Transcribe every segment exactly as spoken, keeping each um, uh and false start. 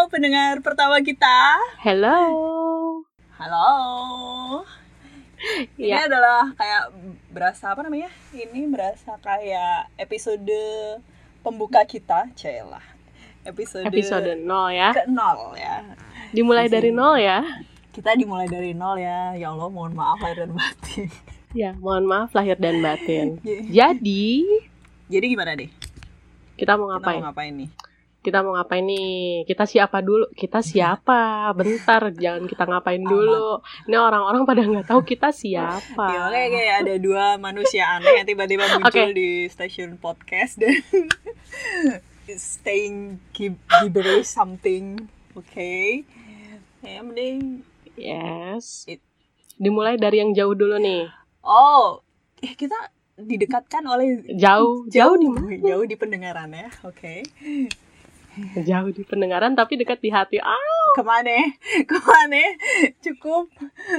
Halo pendengar pertama kita. Hello. Halo. Ini Ya. adalah kayak berasa apa namanya? Ini berasa kayak episode pembuka kita, celah. Episode Episode nol ya. ke nol ya. Dimulai Di dari sini. nol ya. Kita dimulai dari nol ya. Ya Allah, mohon maaf lahir dan batin. Ya, mohon maaf lahir dan batin. Yeah. Jadi, Jadi gimana deh? kita mau Kita ngapain? mau ngapain nih? Kita mau ngapain nih? Kita siapa dulu? Kita siapa? Bentar, jangan kita ngapain dulu. Ini orang-orang pada nggak tahu kita siapa. Ya, kayak, kayak ada dua manusia aneh yang tiba-tiba muncul Okay. di stasiun podcast dan staying gib- gibberish something. Oke. Okay. Ya, mending. Yes. It- Dimulai dari yang jauh dulu nih. Oh, eh, kita didekatkan oleh Jauh, jauh di mana? jauh di pendengaran ya. Oke. Okay. Jauh di pendengaran tapi dekat di hati. Ah, Kemana? Kemana? Cukup.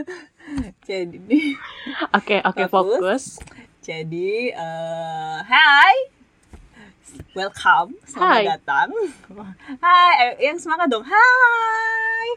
Jadi nih. oke, oke, Fokus. fokus. Jadi, uh, hai, welcome, selamat Hai. datang. Hai, eh, yang semangat dong. Hai.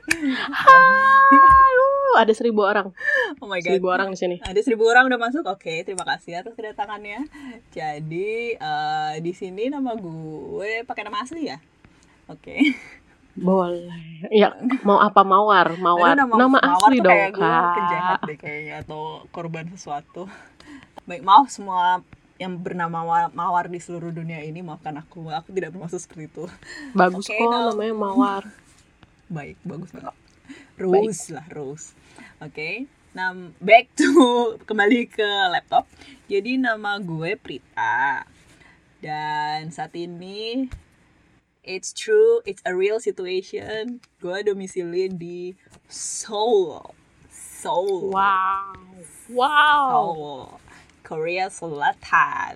Hai, uh, ada seribu orang. Oh my god. Seribu orang di sini. Ada seribu orang udah masuk. Oke, terima kasih atas kedatangannya. Jadi, uh, di sini nama gue pakai nama asli ya. Oke. Boleh. Ya, mau apa mawar? Mawar. Aduh, Nama, Mawar asli tuh dong, kayak gue Kak. penjahat deh kayaknya atau korban sesuatu. Baik, maaf semua yang bernama Mawar, Mawar di seluruh dunia ini, maafkan aku. Aku tidak bermaksud seperti itu. Bagus Oke, kok now. namanya mawar. Baik, bagus banget. Rose lah, Rose. Oke. Okay. Nah, back to kembali ke laptop. Jadi nama gue Prita. Dan saat ini it's true, it's a real situation. Gue domisili di Seoul. Seoul. Wow. Wow. Seoul. Korea Selatan.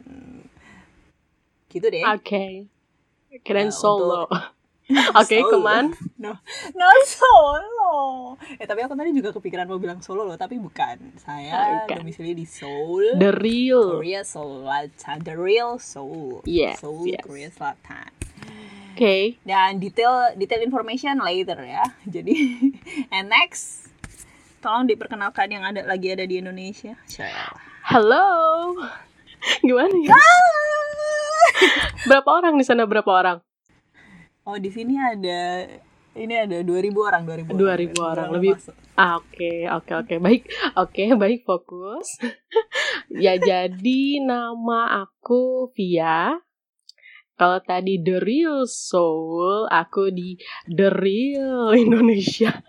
Gitu deh. Oke. Keren Nah, Solo. untuk- Oke, Seoul. keman. No, no Solo. Eh tapi aku tadi juga kepikiran mau bilang Solo loh, tapi bukan. Saya Bukan. domisili di Seoul, The real. Korea Selatan, the real Seoul. Yes, Seoul, yes. Korea Selatan. Oke. Dan detail detail information later ya. Jadi and next, tolong diperkenalkan yang ada lagi ada di Indonesia. Syah. Halo. Gimana ya? Berapa orang di sana? Berapa orang? Oh, di sini ada ini ada dua ribu orang, dua ribu dua ribu orang. Lebih. masuk. Ah, oke, oke, oke. Baik. Oke, baik, fokus. Ya, jadi nama aku Via. Kalau tadi The Real Soul, aku di The Real Indonesia.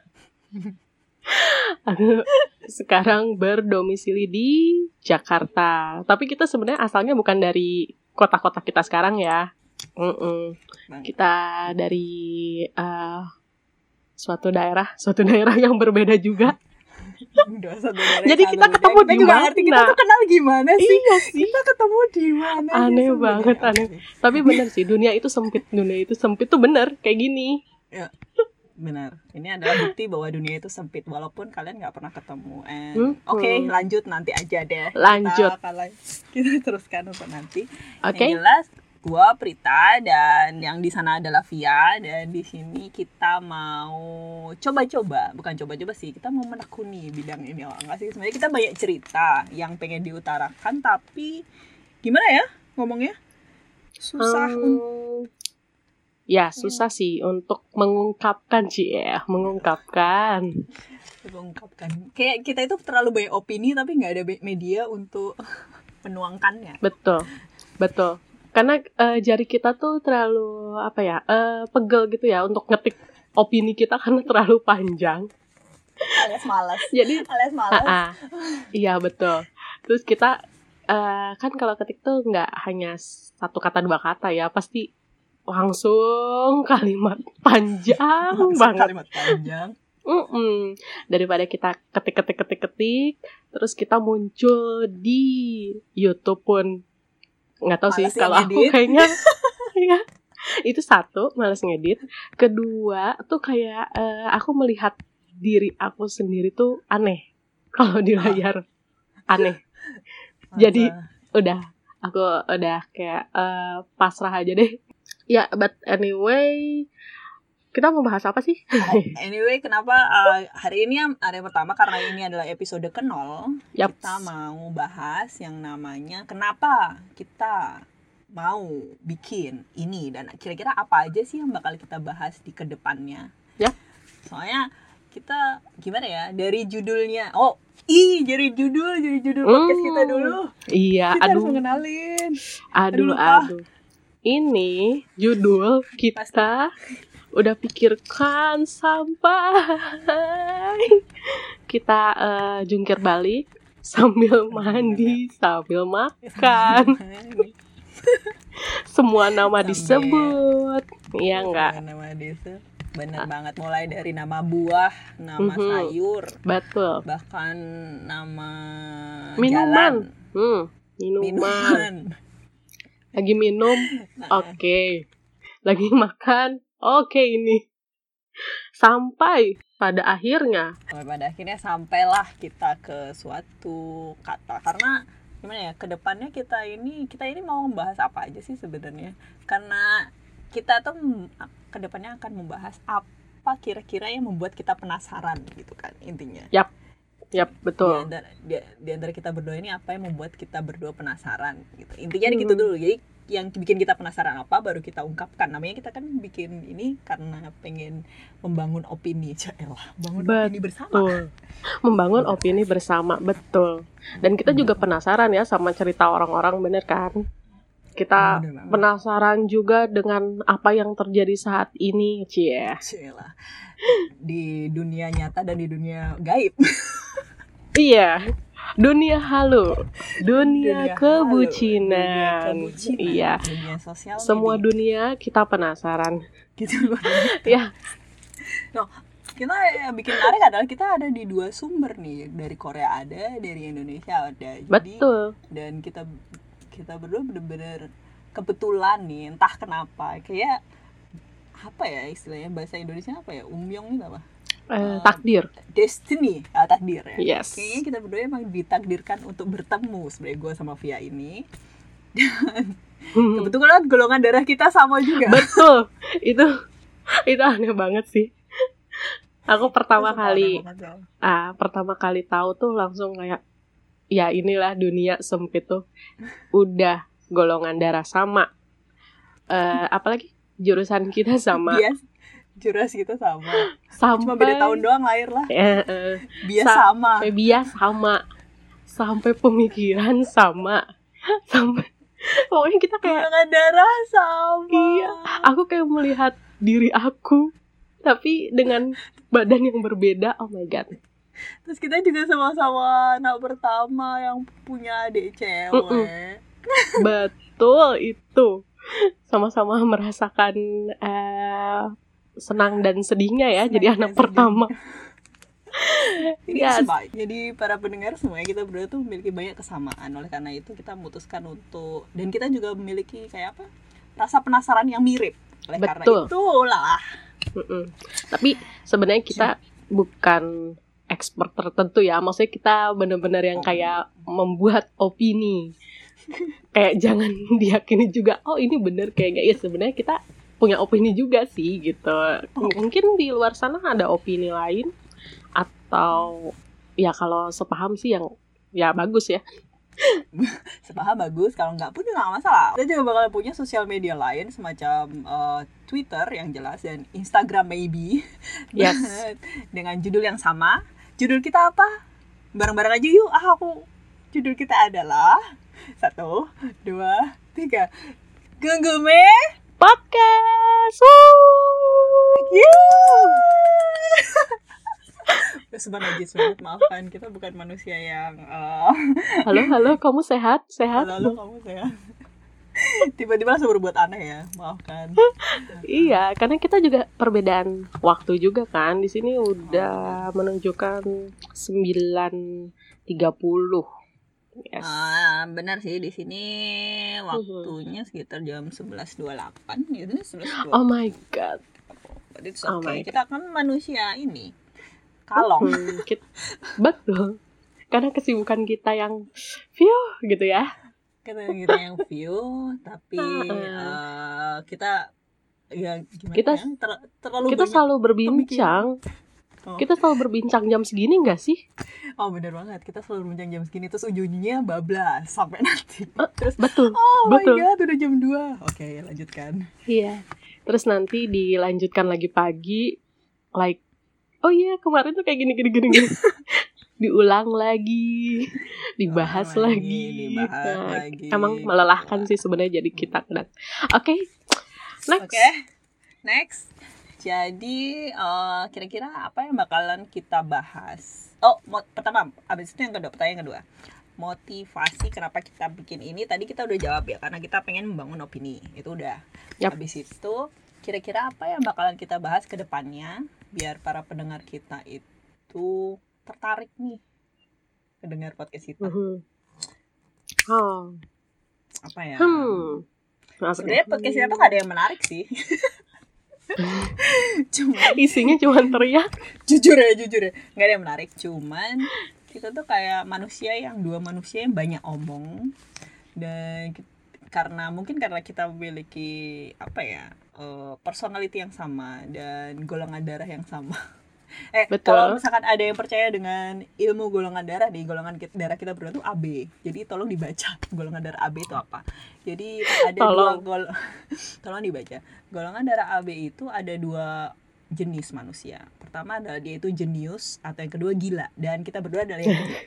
Aku sekarang berdomisili di Jakarta. Tapi kita sebenarnya asalnya bukan dari kota-kota kita sekarang ya. Mm-mm. Kita dari uh, suatu daerah, suatu daerah yang berbeda juga. Udah satu daerah Jadi yang kita sangat ketemu berbeda. di Kita juga mana? ngerti kita tuh kenal gimana sih? Iya sih. Kita ketemu di mana? sih Aneh sebenarnya? banget, aneh. Tapi bener sih, dunia itu sempit. Dunia itu sempit tuh bener, kayak gini. Ya, benar. Ini adalah bukti bahwa dunia itu sempit walaupun kalian nggak pernah ketemu. And, Hmm. Oke, lanjut nanti aja deh. Lanjut. Kita, akan lan- kita teruskan untuk nanti. Oke. Yang jelas, gua Prita dan yang di sana adalah Via dan di sini kita mau coba-coba, bukan coba-coba sih, kita mau menekuni bidang ini. Oh, enggak sih, sebenarnya kita banyak cerita yang pengen diutarakan tapi gimana ya ngomongnya? Susah Hmm, untuk ya, susah sih untuk mengungkapkan sih ya, mengungkapkan. mengungkapkan. Kayak kita itu terlalu banyak opini tapi nggak ada be- media untuk menuangkannya. Betul, betul. Karena eh, jari kita tuh terlalu apa ya, eh, pegel gitu ya untuk ngetik opini kita karena terlalu panjang. Alias malas. Jadi, Alias malas. ah, ah. Iya betul. Terus kita eh, kan kalau ketik tuh nggak hanya satu kata dua kata ya, pasti langsung kalimat panjang Langsung banget. Kalimat panjang. Mm-mm. Daripada kita ketik-ketik-ketik-ketik, terus kita muncul di YouTube pun nggak tahu sih Malas kalau aku ngedit. kayaknya ya itu satu malas ngedit, kedua tuh kayak eh, aku melihat diri aku sendiri tuh aneh kalau di layar aneh. Jadi udah aku udah kayak uh, pasrah aja deh. Ya, yeah, but anyway, Kita mau bahas apa sih? Anyway, kenapa uh, hari ini hari pertama karena ini adalah episode ke nol, Yap. Kita mau bahas yang namanya kenapa kita mau bikin ini dan kira-kira apa aja sih yang bakal kita bahas di kedepannya. Ya. Soalnya kita gimana ya dari judulnya. Oh, ih dari judul dari judul podcast Hmm. kita dulu. Iya, Kita harus aduh, mengenalin. aduh, Aduh, lupa. aduh. Ini judul kita udah pikirkan sampai kita uh, jungkir balik sambil mandi, sambil makan. Semua nama Sambil- disebut. Iya enggak? Nama desa. Bener banget, mulai dari nama buah, nama Mhm. sayur, Betul. bahkan nama Minuman. jalan, Hmm, minuman. minuman. Lagi minum, Nah, oke. Lagi makan, oke ini. Sampai pada akhirnya, sampai pada akhirnya sampailah kita ke suatu kata. Karena gimana ya, kedepannya kita ini kita ini mau membahas apa aja sih sebenarnya? Karena kita tuh m- kedepannya akan membahas apa kira-kira yang membuat kita penasaran gitu kan intinya. yap, Di betul. antara, di, di antara kita berdua ini apa yang membuat kita berdua penasaran gitu. Intinya Hmm. gitu dulu. Jadi yang bikin kita penasaran apa baru kita ungkapkan. Namanya kita kan bikin ini karena pengen membangun opini. Jaelah, bangun opini bersama. Betul. Membangun opini bersama, betul. Dan kita juga penasaran ya sama cerita orang-orang, bener kan? Kita Bener banget. penasaran juga dengan apa yang terjadi saat ini, cie. Jaelah. Di dunia nyata dan di dunia gaib. Iya, dunia halu, dunia, Dunia kebucinan. halu, dunia kebucinan, Iya, dunia sosial semua media. dunia kita penasaran. Gitu. Ya, Kita yang bikin menarik adalah kita ada di dua sumber nih, dari Korea ada, dari Indonesia ada. Jadi, betul. dan kita kita berdua bener-bener kebetulan nih, entah kenapa kayak apa ya istilahnya, bahasa Indonesia apa ya, umyong itu apa, Eh, takdir. destiny, ah, takdir ya. Yes. Kayaknya kita berdua emang ditakdirkan untuk bertemu sebenarnya, gue sama Via ini. Dan Hmm, kebetulan golongan darah kita sama juga. betul. Itu itu aneh banget sih. Aku pertama Itu kali sumpah aneh banget, Sal. ah pertama kali tahu tuh langsung kayak, ya inilah dunia sempit tuh. Udah golongan darah sama. Eh apalagi jurusan kita sama. Bias, juras kita sama. Sampai Cuma beda tahun doang lahir lah. eh, eh, Bias Sa- sama. sampai bias sama. Sampai pemikiran sama. Sampai pokoknya kita kayak, Golongan darah sama. Iya. aku kayak melihat diri aku tapi dengan badan yang berbeda. Oh my god. Terus kita juga sama-sama anak pertama yang punya adik cewek. Mm-mm. Betul itu. Sama-sama merasakan eh, senang dan sedihnya ya Senang jadi dan anak sedih. pertama. Ini Yes. sebab. Jadi para pendengar semuanya kita berdua tuh memiliki banyak kesamaan. Oleh karena itu kita memutuskan untuk, dan kita juga memiliki kayak apa, rasa penasaran yang mirip. Oleh karena Betul. itulah. Mm-mm. Tapi sebenarnya kita bukan expert tertentu ya. Maksudnya kita benar-benar yang kayak membuat opini. Kayak jangan diyakini juga, oh ini bener kayaknya. Ya sebenarnya kita punya opini juga sih gitu. Mungkin di luar sana ada opini lain, atau ya kalau sepaham sih yang ya bagus ya. Sepaham bagus, kalau nggak pun juga nggak masalah. Kita juga bakal punya sosial media lain semacam uh, Twitter yang jelas dan Instagram maybe. Yes. Dengan judul yang sama. Judul kita apa? Bareng-bareng aja yuk. Ah aku. Judul kita adalah satu, dua, tiga. Genggume Podcast. Woo! Sebenarnya najis banget, maafkan, kita bukan manusia yang uh, Halo, halo, kamu sehat? Sehat? halo, halo, kamu sehat. Tiba-tiba langsung berbuat aneh ya, maafkan. Iya, karena kita juga perbedaan waktu juga kan. Di sini udah menunjukkan sembilan tiga puluh. Yes. Ah, benar sih, di sini waktunya sekitar jam sebelas dua puluh delapan gitu, sebelas dua puluh delapan. Oh my god. But it's Oh okay. my Kita kan manusia ini kalong. Hmm, kit- betul. Karena kesibukan kita yang view gitu ya. Kita kita yang view, tapi Uh-uh. uh, kita Ya gimana Kita ya? Ter- terlalu kita banyak selalu berbincang. Oh. Kita selalu berbincang jam segini nggak sih? Oh bener banget, kita selalu berbincang jam segini terus ujung-ujungnya bablas sampai nanti. Eh, Terus betul, oh betul. my god udah jam dua. Oke lanjutkan. Iya. Terus nanti dilanjutkan lagi pagi, like, oh iya kemarin tuh kayak gini gini gini gini. Diulang lagi, dibahas Ulang lagi. dibahas Nah, lagi. emang melelahkan sih sebenarnya jadi kita. Oke, okay. Next. Oke, okay. Next. Jadi uh, kira-kira apa yang bakalan kita bahas? Oh, mo- pertama, abis itu yang kedua, pertanyaan kedua. Motivasi kenapa kita bikin ini tadi kita udah jawab ya, karena kita pengen membangun opini. Itu udah. Yep. Abis itu kira-kira apa yang bakalan kita bahas ke depannya biar para pendengar kita itu tertarik nih mendengar podcast kita. Mm-hmm. Oh. Apa ya? Hmm. Sebenarnya podcast kita tuh gak ada yang menarik sih. Cuman isinya cuman teriak. Jujur ya, jujur ya. Gak ada yang menarik. Cuman kita tuh kayak manusia yang dua manusia yang banyak omong. Dan kita, karena mungkin karena kita memiliki apa ya uh, personality yang sama dan golongan darah yang sama. Eh Betul. Kalau misalkan ada yang percaya dengan ilmu golongan darah nih, golongan kita, darah kita berdua tuh A B. Jadi tolong dibaca golongan darah A B itu apa. Jadi ada tolong. dua gol tolong dibaca. Golongan darah A B itu ada dua jenis manusia. Pertama adalah dia itu jenius atau yang kedua gila, dan kita berdua adalah yang kedua.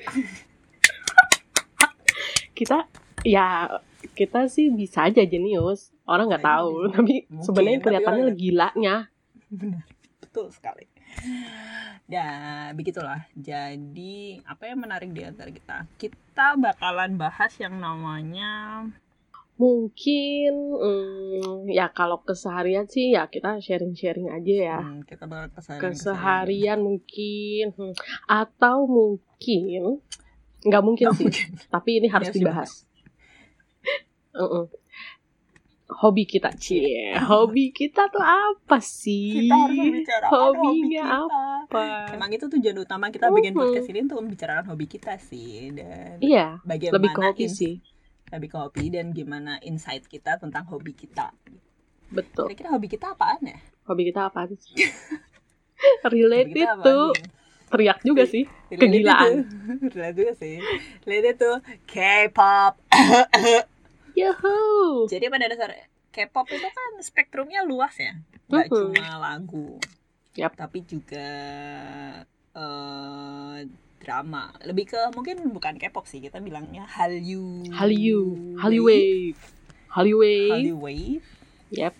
Kita ya kita sih bisa aja jenius. Orang nggak tahu, tapi sebenarnya kelihatannya orang... gilanya. Benar, betul sekali. Dan begitulah. Jadi apa yang menarik di antara kita? Kita bakalan bahas yang namanya mungkin hmm, ya kalau keseharian sih ya kita sharing-sharing aja ya. Hmm, kita bakal keseharian, keseharian mungkin hmm. atau mungkin nggak mungkin Gak sih, mungkin. Tapi ini harus ya, dibahas. uh-uh. Hobi kita, cie. Hobi kita tuh apa sih? Kita harus membicarakan hobinya hobi kita. Apa? Emang itu tujuan utama kita uh-huh. bikin podcast ini untuk membicarakan hobi kita sih, dan iya, bagaimana lebih ke hobi in- sih. Lebih ke hobi dan gimana insight kita tentang hobi kita. Betul. Kira-kira hobi kita apaan ya? Hobi kita apaan sih? Related tuh teriak juga sih. Kegilaan. Related juga sih. Related tuh K-pop. Yahoo. Jadi pada dasar K-pop itu kan spektrumnya luas ya, nggak uh-huh. cuma lagu, yep. tapi juga uh, drama. Lebih ke mungkin bukan K-pop sih, kita bilangnya Hallyu, Hallyu, Hallyu, Hallyu, Hallyu. Yep.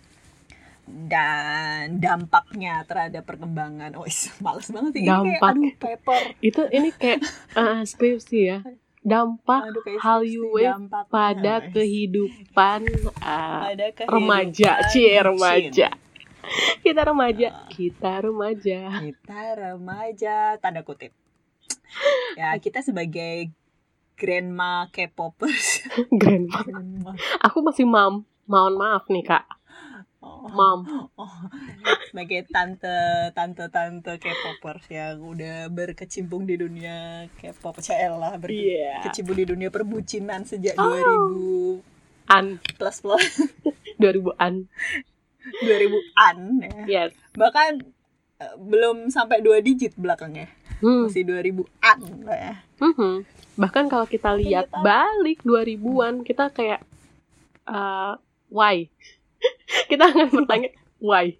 Dan dampaknya terhadap perkembangan, oh males banget sih. Dampak. Ini kayak, aduh, paper. Itu ini kayak uh, skripsi ya. Dampak Hallyu pada Yes. kehidupan, uh, pada kehidupan remaja, cie remaja. Kita remaja, uh, kita remaja. Kita remaja, tanda kutip. Ya, kita sebagai grandma K-popers. grandma. grandma. Aku masih mam. Mohon maaf nih, Kak. Oh, Mom. Oh, sebagai tante tante tante K-popers yang udah berkecimpung di dunia K-pop, lah berkecimpung yeah. di dunia perbucinan sejak oh. dua ribu an plus plus dua ribu-an dua ribu-an ya. Yes. Bahkan uh, belum sampai dua digit belakangnya. Hmm. Masih dua ribu-an lah ya. Mm-hmm. Bahkan kalau kita lihat kita... balik dua ribuan, kita kayak uh, why? Kita akan bertanya why?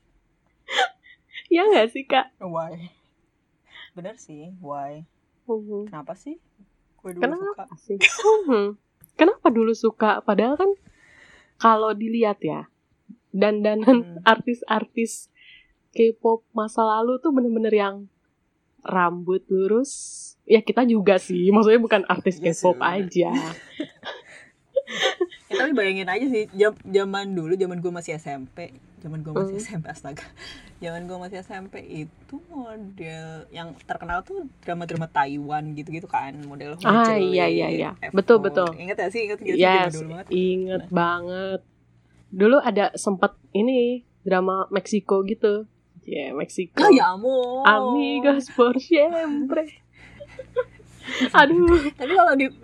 Ya nggak sih, Kak? Why? Bener sih, why? Uh-huh. Kenapa sih? Gue dulu Kenapa suka. Sih? Uh-huh. Kenapa dulu suka? Padahal kan kalau dilihat ya, dandanan hmm. artis-artis K-pop masa lalu tuh bener-bener yang rambut lurus. Ya kita juga sih, maksudnya bukan artis yes, K-pop ya, aja. Ya, tapi bayangin aja sih, zaman dulu, zaman gue masih S M P, zaman gue masih mm. S M P, astaga, zaman gue masih S M P itu model yang terkenal tuh drama-drama Taiwan gitu-gitu kan, model ah iya iya iya, betul betul. Ingat ya sih, ingat gitu yes, dulu banget. Ingat nah. banget. Dulu ada sempat ini drama Meksiko gitu, ya yeah, Meksiko. Oh ya ampun. Amigos por siempre. Aduh. Tapi kalau di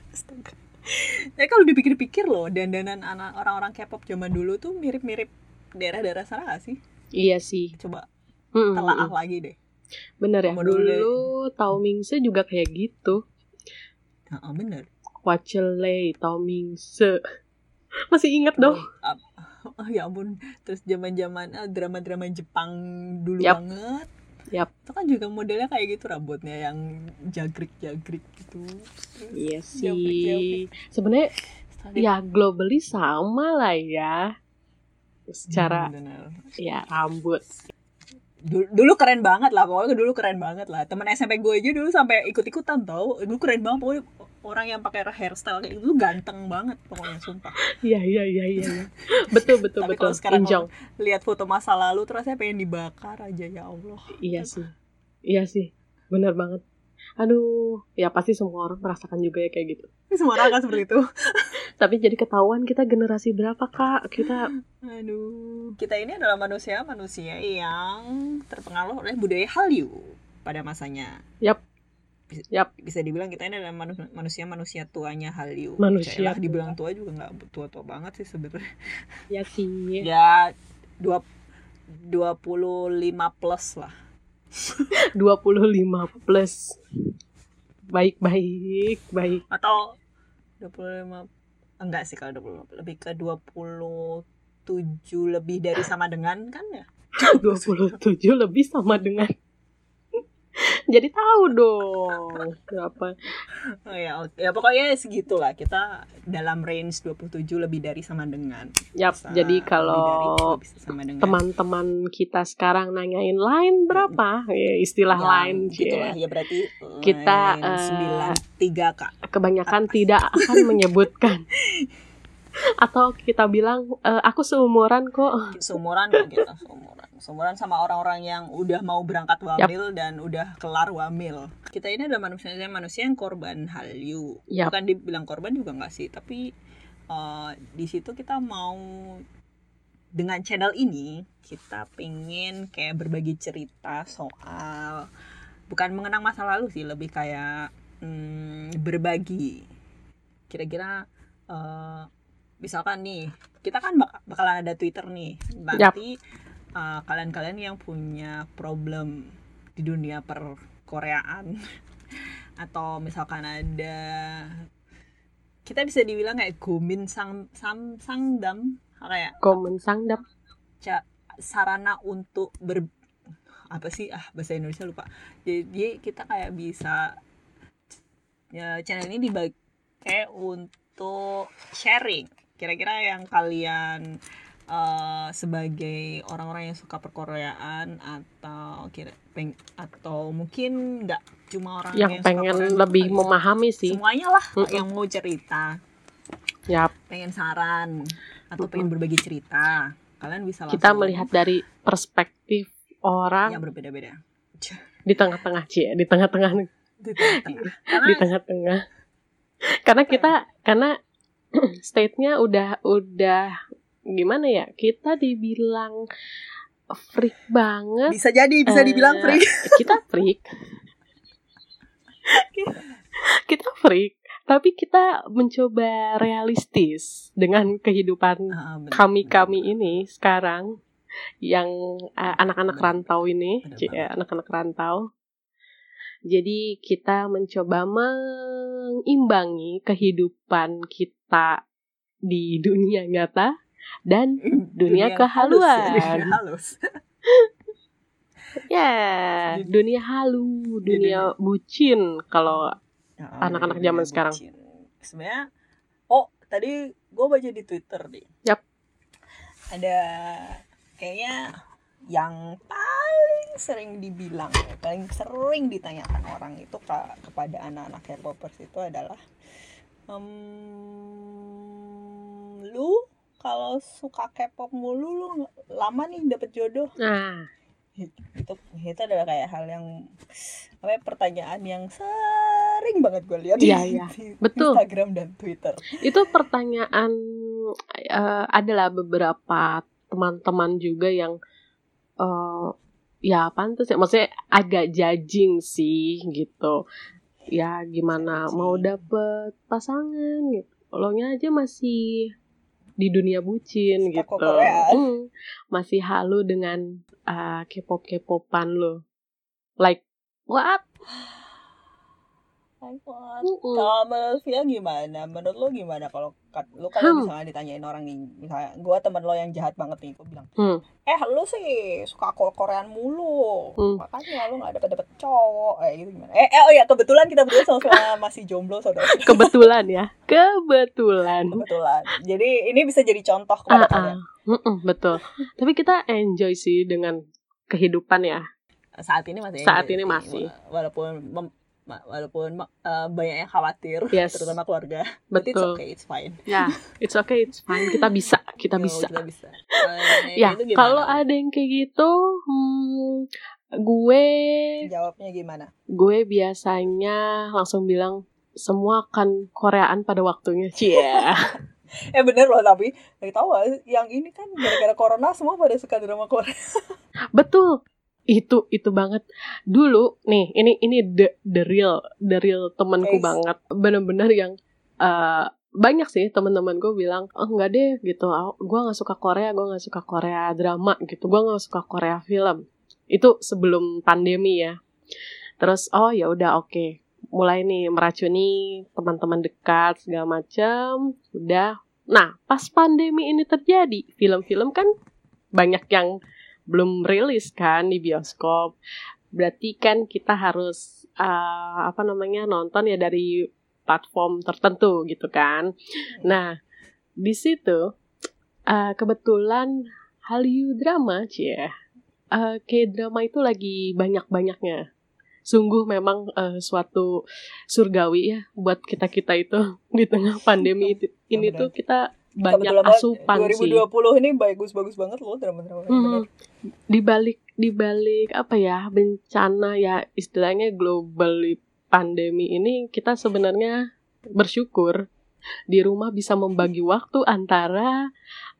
Tapi kalau dipikir-pikir loh, dandanan anak orang-orang K-pop zaman dulu tuh mirip-mirip daerah-daerah sana gak sih? Iya sih. Coba Mm-mm. telaah lagi deh. Bener ya, Model- dulu Tao Mingse juga kayak gitu. Heeh, bener. Wacele, Tao Mingse. Masih inget Terus, dong. ap- oh ya ampun, terus zaman-zaman ah, drama-drama Jepang dulu Yap. banget. Yap. Itu kan juga modelnya kayak gitu, rambutnya yang jagrik-jagrik gitu. Terus Iya sih. jabrik-jabrik. Sebenarnya Tadi- ya globally sama lah ya. Secara Hmm, bener. ya rambut. Dulu, dulu keren banget lah, pokoknya dulu keren banget lah. Temen S M P gue aja dulu sampai ikut-ikutan tau. Dulu keren banget, pokoknya orang yang pakai hairstyle kayak gitu ganteng banget pokoknya, sumpah. Iya iya iya iya. iya. Betul betul Tapi betul. kalau sekarang Injong. lihat foto masa lalu terus saya pengen dibakar aja, ya Allah. Iya sih. Iya sih. Bener banget. Aduh, ya pasti semua orang merasakan juga ya kayak gitu. Semua orang kan seperti itu. Tapi jadi ketahuan kita generasi berapa, Kak? Kita Aduh. Kita ini adalah manusia-manusia yang terpengaruh oleh budaya Hallyu pada masanya. Yap. Bisa, Yap. bisa dibilang kita ini adalah manu- manusia-manusia tuanya Hallyu. Manusia Yaelah, dibilang tua juga nggak tua-tua banget sih sebenarnya. Ya sih. Ya dua dua puluh lima plus lah. dua puluh lima plus. Baik, baik, baik. Atau dua puluh lima, enggak sih kalau dua puluh lima, lebih ke dua puluh tujuh lebih dari sama dengan kan ya? dua puluh tujuh lebih sama dengan. Jadi tahu dong berapa. Oh ya, oke. Ya pokoknya segitulah, kita dalam range dua puluh tujuh lebih dari sama dengan. Yap, Bisa jadi lebih kalau dari, bisa sama dengan. teman-teman kita sekarang nanyain line berapa? Ya, istilah Ya, line gitulah, ya. ya berarti Kita, line eh, sembilan tiga Kak. Kebanyakan tidak akan menyebutkan. Atau kita bilang e, aku seumuran kok. Seumuran kok kita, seumuran. Seumuran sama orang-orang yang udah mau berangkat wamil dan udah kelar wamil. Kita ini adalah manusia manusia yang korban Hallyu. Yap. Bukan dibilang korban juga enggak sih, tapi uh, di situ kita mau, dengan channel ini kita pengen kayak berbagi cerita soal, bukan mengenang masa lalu sih, lebih kayak hmm, berbagi. Kira-kira uh, misalkan nih, kita kan bak- bakalan ada Twitter nih nanti. Yap. Uh, kalian-kalian yang punya problem di dunia perkoreaan atau misalkan ada, kita bisa dibilang kayak gomin sang sam sangdam, kayak gomin sangdam, ca, sarana untuk ber apa sih ah bahasa Indonesia lupa. Jadi kita kayak bisa ya, channel ini dipakai untuk sharing kira-kira yang kalian Uh, sebagai orang-orang yang suka perkoreaan atau kira peng atau mungkin nggak cuma orang yang, yang pengen lebih memahami sih, semuanya lah mm-mm. yang mau cerita, yap. pengen saran atau mm-mm. pengen berbagi cerita, kalian bisa langsung. Kita melihat dari perspektif orang yang berbeda-beda di tengah-tengah cie di tengah-tengah di tengah-tengah karena, di tengah-tengah karena kita karena state-nya udah udah gimana ya, kita dibilang freak banget, bisa jadi bisa dibilang uh, freak kita freak kita freak tapi kita mencoba realistis dengan kehidupan uh, kami-kami ini sekarang yang uh, anak-anak rantau ini, ya, anak-anak rantau. Jadi kita mencoba mengimbangi kehidupan kita di dunia nyata dan dunia, dunia kehaluan. Halus, ya, dunia halus. Ya, dunia halu, dunia bucin kalau ya, anak-anak zaman sekarang. Sebenarnya, oh tadi gue baca di Twitter nih. Yap. Ada kayaknya yang paling sering dibilang, paling sering ditanyakan orang itu ke, kepada anak-anak K-popers itu adalah, um, lu kalau suka K-pop mulu lu lama nih dapet jodoh. Nah, itu itu adalah kayak hal yang apa ya, pertanyaan yang sering banget gue lihat ya, di, ya. di Betul. Instagram dan Twitter. Itu pertanyaan uh, adalah beberapa teman-teman juga yang uh, ya pantas ya, maksudnya agak judging sih gitu. Ya gimana judging. Mau dapet pasangan gitu, lo nya aja masih di dunia bucin Suka gitu. Koreaan. Hmm, masih halu dengan uh, K-pop K-popan lo. Like what? Like what? Mm-mm. Kalau menurut Via gimana? Menurut lo gimana kalau kat- lo kalau Hmm. misalnya ditanyain orang nih, misalnya gue temen lo yang jahat banget nih, gue bilang, Hmm. eh lo sih suka Ko- Koreaan mulu, Hmm. makanya lo nggak dapet dapet cowok, eh gitu gimana? Eh, eh oh ya kebetulan kita berdua sama-sama masih jomblo saudara. Kebetulan ya, kebetulan. Kebetulan. Jadi ini bisa jadi contoh kepada Ah, ah. kalian. Mm-mm, betul. Tapi kita enjoy sih dengan kehidupan ya. Saat ini masih. Saat enjoy ini sih. masih. Walaupun mem- ma- walaupun uh, banyak yang khawatir, Yes. terutama keluarga. But it's Betul. okay, it's fine. Ya, it's okay, it's fine. Kita bisa, kita Yo, bisa. Kita bisa. Nah, Ya, itu gimana? kalau ada yang kayak gitu, hmm, gue Jawabnya gimana? gue biasanya langsung bilang semua akan Koreaan pada waktunya. Cie. Eh bener loh, tapi lagi tahu gak, yang ini kan gara-gara corona semua pada suka drama Korea. Betul. Itu itu banget. Dulu nih, ini ini the the real the real temanku Guys. banget. Bener-bener yang uh, banyak sih teman-teman gue bilang, oh enggak deh gitu, gue nggak suka Korea, gue nggak suka Korea drama gitu, gue nggak suka Korea film. Itu sebelum pandemi ya. Terus oh ya udah oke, okay. Mulai nih meracuni teman-teman dekat segala macam. Udah. Nah pas pandemi ini terjadi, film-film kan banyak yang belum rilis kan di bioskop. Berarti kan kita harus uh, apa namanya nonton ya dari platform tertentu gitu kan. Nah di situ uh, kebetulan Hallyu drama cie, uh, K-drama itu lagi banyak-banyaknya. Sungguh memang uh, suatu surgawi ya buat kita-kita itu di tengah pandemi itu. Ini Bener. tuh kita banyak Kebetulan asupan dua ribu dua puluh sih. Ini bagus-bagus banget loh drama-drama. Hmm, di balik di balik apa ya bencana ya istilahnya global pandemi ini, kita sebenarnya bersyukur di rumah bisa membagi waktu antara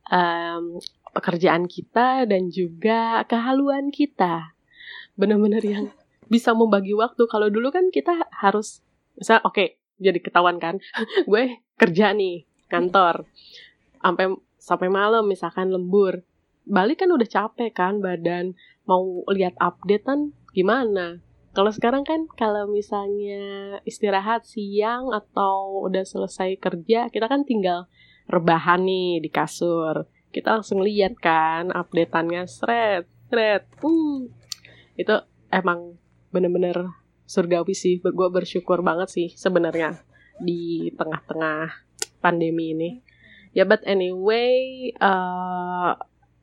um, pekerjaan kita dan juga kehaluan kita. Benar-benar yang bisa membagi waktu. Kalau dulu kan kita harus misal oke okay, jadi ketahuan kan gue kerja nih kantor sampai sampai malam misalkan lembur, balik kan udah capek kan badan, mau lihat update kan gimana. Kalau sekarang kan kalau misalnya istirahat siang atau udah selesai kerja, kita kan tinggal rebahan nih di kasur, kita langsung lihat kan updateannya thread thread hmm. Itu emang bener-bener surgawi sih. Gue bersyukur banget sih sebenarnya di tengah-tengah pandemi ini. Ya, but anyway, uh,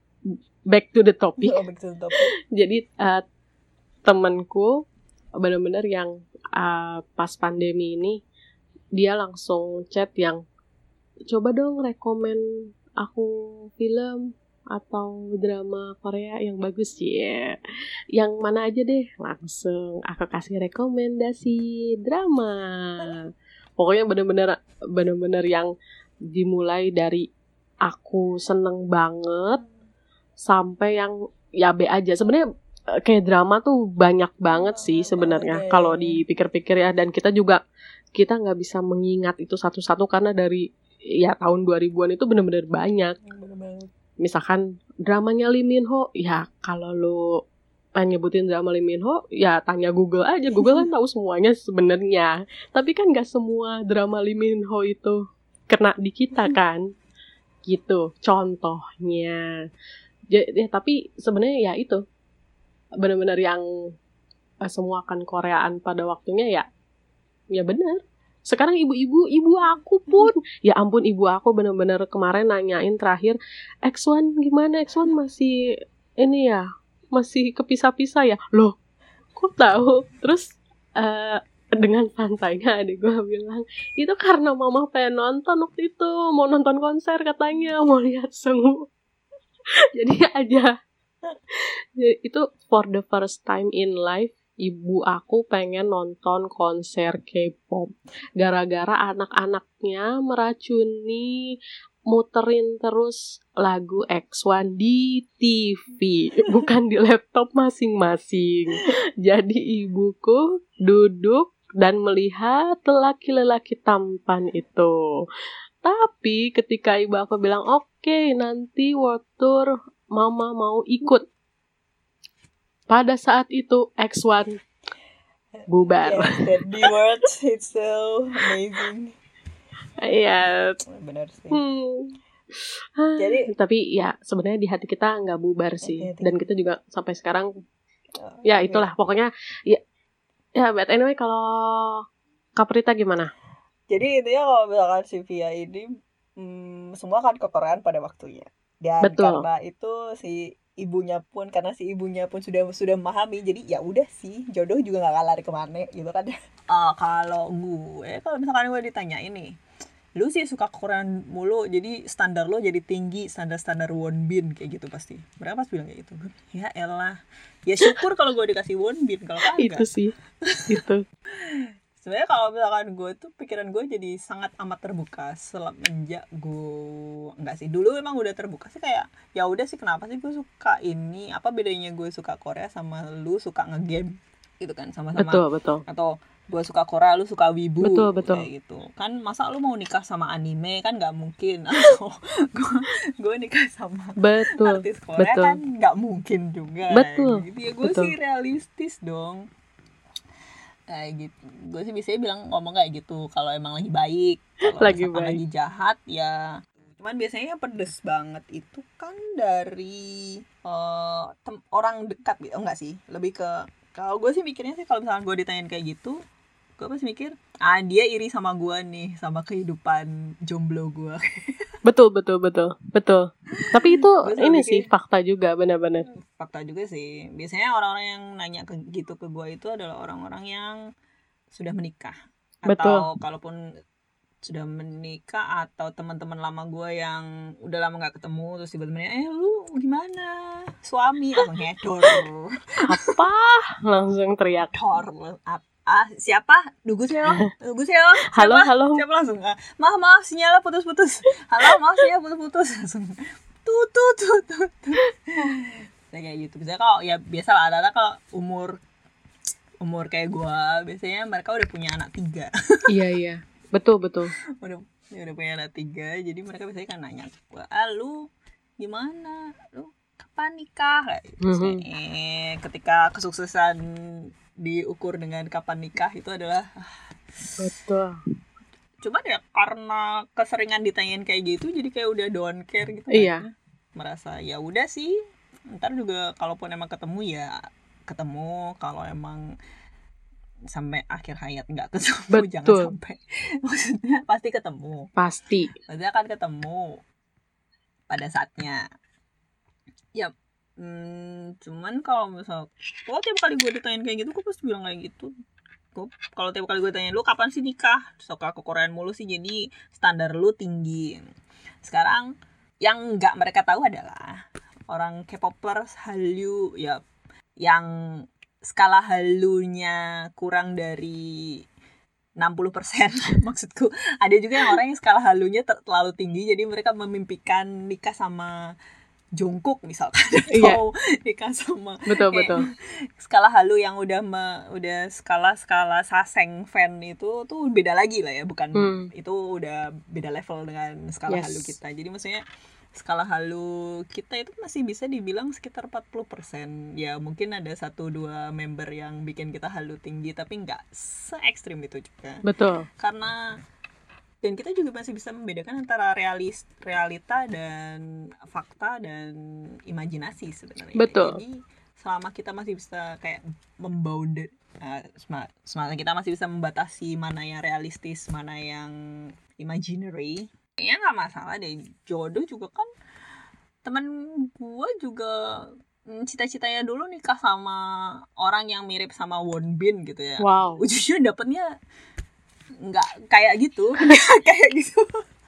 back to the topic. Oh, back to the topic. Jadi uh, temanku benar-benar yang uh, pas pandemi ini dia langsung chat yang coba dong rekomen aku film atau drama Korea yang bagus ya. Yang mana aja deh, langsung aku kasih rekomendasi drama. Pokoknya benar-benar benar-benar yang dimulai dari aku seneng banget sampai yang ya be aja. Sebenarnya kayak drama tuh banyak banget sih sebenarnya okay. Kalau dipikir-pikir ya, dan kita juga kita nggak bisa mengingat itu satu-satu karena dari ya tahun dua ribuan itu benar-benar banyak. Bener-bener. Misalkan dramanya Lee Min Ho, ya kalau lo pengen nyebutin drama Lee Min Ho, ya tanya Google aja. Google kan tahu semuanya sebenarnya. Tapi kan nggak semua drama Lee Min Ho itu kena di kita kan, gitu contohnya. Ya, ya tapi sebenarnya ya itu benar-benar yang eh, semua akan Koreaan pada waktunya ya, ya benar. Sekarang ibu-ibu, ibu aku pun, ya ampun ibu aku benar-benar kemarin nanyain terakhir, X satu gimana, X satu masih ini ya, masih kepisah-pisah ya, loh, kok tahu? Terus uh, dengan santainya adik gue bilang, itu karena mama pengen nonton waktu itu, mau nonton konser katanya, mau lihat semua. Jadi aja, jadi, itu for the first time in life, ibu aku pengen nonton konser K-pop gara-gara anak-anaknya meracuni muterin terus lagu X satu di T V, bukan di laptop masing-masing. Jadi ibuku duduk dan melihat lelaki-lelaki tampan itu Tapi ketika ibu aku bilang oke okay, nanti World Tour mama mau ikut, pada saat itu X satu bubar. Yes, that B word, it's so amazing. Iya. Benar sih. Hmm. Jadi tapi ya sebenarnya di hati kita nggak bubar sih, hati-hati. dan kita juga sampai sekarang uh, ya itulah ya. Pokoknya ya ya but anyway kalau Kaprita gimana? Jadi intinya kalau misalkan si Via ini hmm, semua kan kekoreaan pada waktunya. Dan Betul. karena itu si ibunya pun karena si ibunya pun sudah sudah memahami, jadi ya udah sih jodoh juga nggak lari kemana gitu kan. Uh, kalau gue kalau misalkan gue ditanya ini, lu sih suka Korean mulu jadi standar lo jadi tinggi, standar-standar Wonbin kayak gitu pasti. Mereka pasti bilang kayak gitu. Ya elah. Ya syukur kalau gue dikasih Wonbin, kalau kan enggak. Itu sih. Itu. Sebenarnya kalau misalkan gue tuh pikiran gue jadi sangat amat terbuka semenjak gue enggak sih dulu emang udah terbuka sih, kayak ya udah sih kenapa sih gue suka ini, apa bedanya gue suka Korea sama lu suka ngegame gitu kan, sama-sama. Betul, betul. Atau gue suka Korea lu suka wibu, betul, betul. kayak gitu kan. Masa lu mau nikah sama anime kan nggak mungkin, atau gue gue nikah sama betul, artis Korea betul. kan nggak mungkin juga. Betul, gitu ya, gue betul. sih realistis dong kayak gitu. Gue sih biasanya bilang ngomong kayak gitu kalau emang lagi baik. Kalau lagi misalkan baik. lagi jahat ya. Cuman biasanya yang pedes banget itu kan dari uh, tem- orang dekat gitu. Oh, enggak sih, lebih ke kalau gue sih mikirnya sih kalau misalkan gue ditanyain kayak gitu, gue pasti mikir ah dia iri sama gue nih, sama kehidupan jomblo gue. Betul, betul, betul, betul. Tapi itu ini mikir, sih fakta juga, benar-benar. Fakta juga sih. Biasanya orang-orang yang nanya ke gitu ke gue itu adalah orang-orang yang sudah menikah. Atau betul. kalaupun sudah menikah atau teman-teman lama gue yang udah lama nggak ketemu terus tiba-tiba eh lu gimana suami, langsung hedor. Apa? Langsung teriak. Hedor. Ah, siapa? Dugus ya, Dugus ya. Halo, halo. Siapa langsung? Ah, maaf, maaf, sinyalnya putus-putus. Halo, maaf, sinyal putus-putus. Langsung tut tut tut tut. Kayak gitu. Biasanya kalau ya biasa lah, ada kalau umur umur kayak gue, biasanya mereka udah punya anak tiga. Iya, iya. Betul, betul. Udah ya udah punya anak tiga, jadi mereka biasanya kan nanya ke gue, ah lu gimana? Lu kapan nikah? Kayak gitu. Mm-hmm. Eh, ketika kesuksesan diukur dengan kapan nikah itu adalah betul. Cuman ya karena keseringan ditanyain kayak gitu jadi kayak udah don't care gitu. Iya. Kan? Merasa ya udah sih, ntar juga kalaupun emang ketemu ya ketemu, kalau emang sampai akhir hayat nggak ketemu betul. Jangan sampai. Maksudnya pasti ketemu. Pasti. Pasti akan ketemu pada saatnya. Ya. Hmm, cuman kalau misal kalau tiap kali gue ditanyain kayak gitu gue pasti bilang kayak gitu. Gue kalau tiap kali gue tanya lu kapan sih nikah, suka ke Koreaan mulu sih, jadi standar lu tinggi. Sekarang yang nggak mereka tahu adalah orang K-popers Hallyu ya yang skala halunya kurang dari enam puluh persen. Maksudku ada juga yang orang yang skala halunya ter- terlalu tinggi, jadi mereka memimpikan nikah sama Jungkook misalkan, atau iya. nikah sama betul betul skala halu yang udah me, udah skala skala saseng fan itu tuh beda lagi lah ya, bukan hmm. itu udah beda level dengan skala yes. halu kita. Jadi maksudnya skala halu kita itu masih bisa dibilang sekitar empat puluh persen. Ya mungkin ada satu dua member yang bikin kita halu tinggi, tapi nggak se ekstrim itu juga. Betul. Karena dan kita juga masih bisa membedakan antara realis, realita dan fakta dan imajinasi sebenarnya. Betul. Jadi selama kita masih bisa kayak membounded, uh, selama kita masih bisa membatasi mana yang realistis, mana yang imaginary, ya nggak masalah deh. Jodoh juga kan, temen gue juga cita-citanya dulu nikah sama orang yang mirip sama Wonbin gitu ya. Wow. Ujungnya dapetnya nggak kayak gitu. Kayak gitu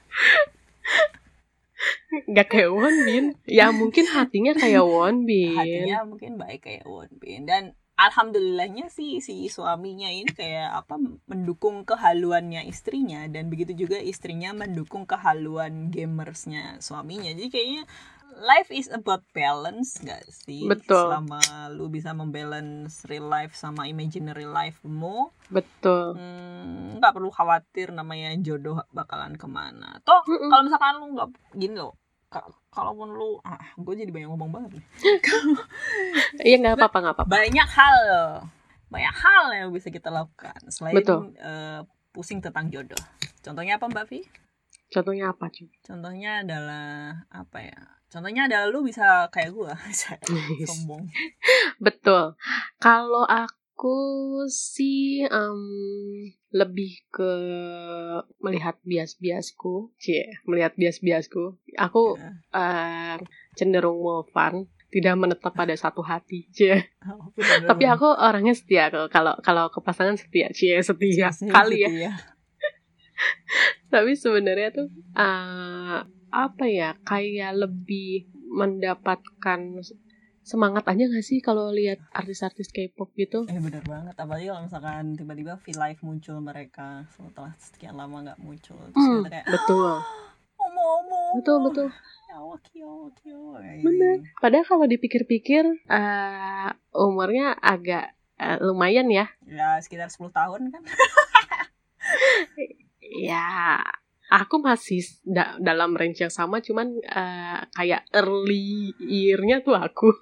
nggak kayak Wonbin ya, mungkin hatinya kayak Wonbin, hatinya mungkin baik kayak Wonbin. Dan alhamdulillahnya sih si suaminya ini kayak apa mendukung kehaluannya istrinya, dan begitu juga istrinya mendukung kehaluan gamersnya suaminya. Jadi kayaknya life is about balance gak sih? Betul. Selama lu bisa membalance real life sama imaginary life-mu, betul. Hmm, nggak perlu khawatir namanya jodoh bakalan kemana. Toh kalau misalkan lu nggak gini loh, kalaupun lu, ah, gue jadi banyak ngomong banget nih. Iya nggak apa-apa nggak apa-apa. Banyak hal, banyak hal yang bisa kita lakukan selain uh, pusing tentang jodoh. Contohnya apa Mbak Vi? Contohnya apa cuy? Contohnya adalah apa ya? Contohnya adalah lu bisa kayak gue, sombong. Betul. Kalau aku sih um, lebih ke melihat bias-biasku, cie, melihat bias-biasku. Aku yeah. uh, cenderung move on, tidak menetap pada satu hati, cie. Oh, tapi aku orangnya setia kalau kalau ke pasangan setia, cie, setia Cisnya kali setia. Ya. Tapi sebenarnya tuh uh, apa ya, kayak lebih mendapatkan semangat aja gak sih kalau lihat artis-artis K-pop gitu? Eh bener banget, apalagi kalau misalkan tiba-tiba V-Live muncul mereka setelah sekian lama nggak muncul, terus hmm, kita kayak betul, omo-omo, betul betul, kyo kyo, bener. Padahal kalau dipikir-pikir uh, umurnya agak uh, lumayan ya? Ya sekitar sepuluh tahun kan? Ya, aku masih da- dalam range yang sama, cuman uh, kayak early year-nya tuh aku.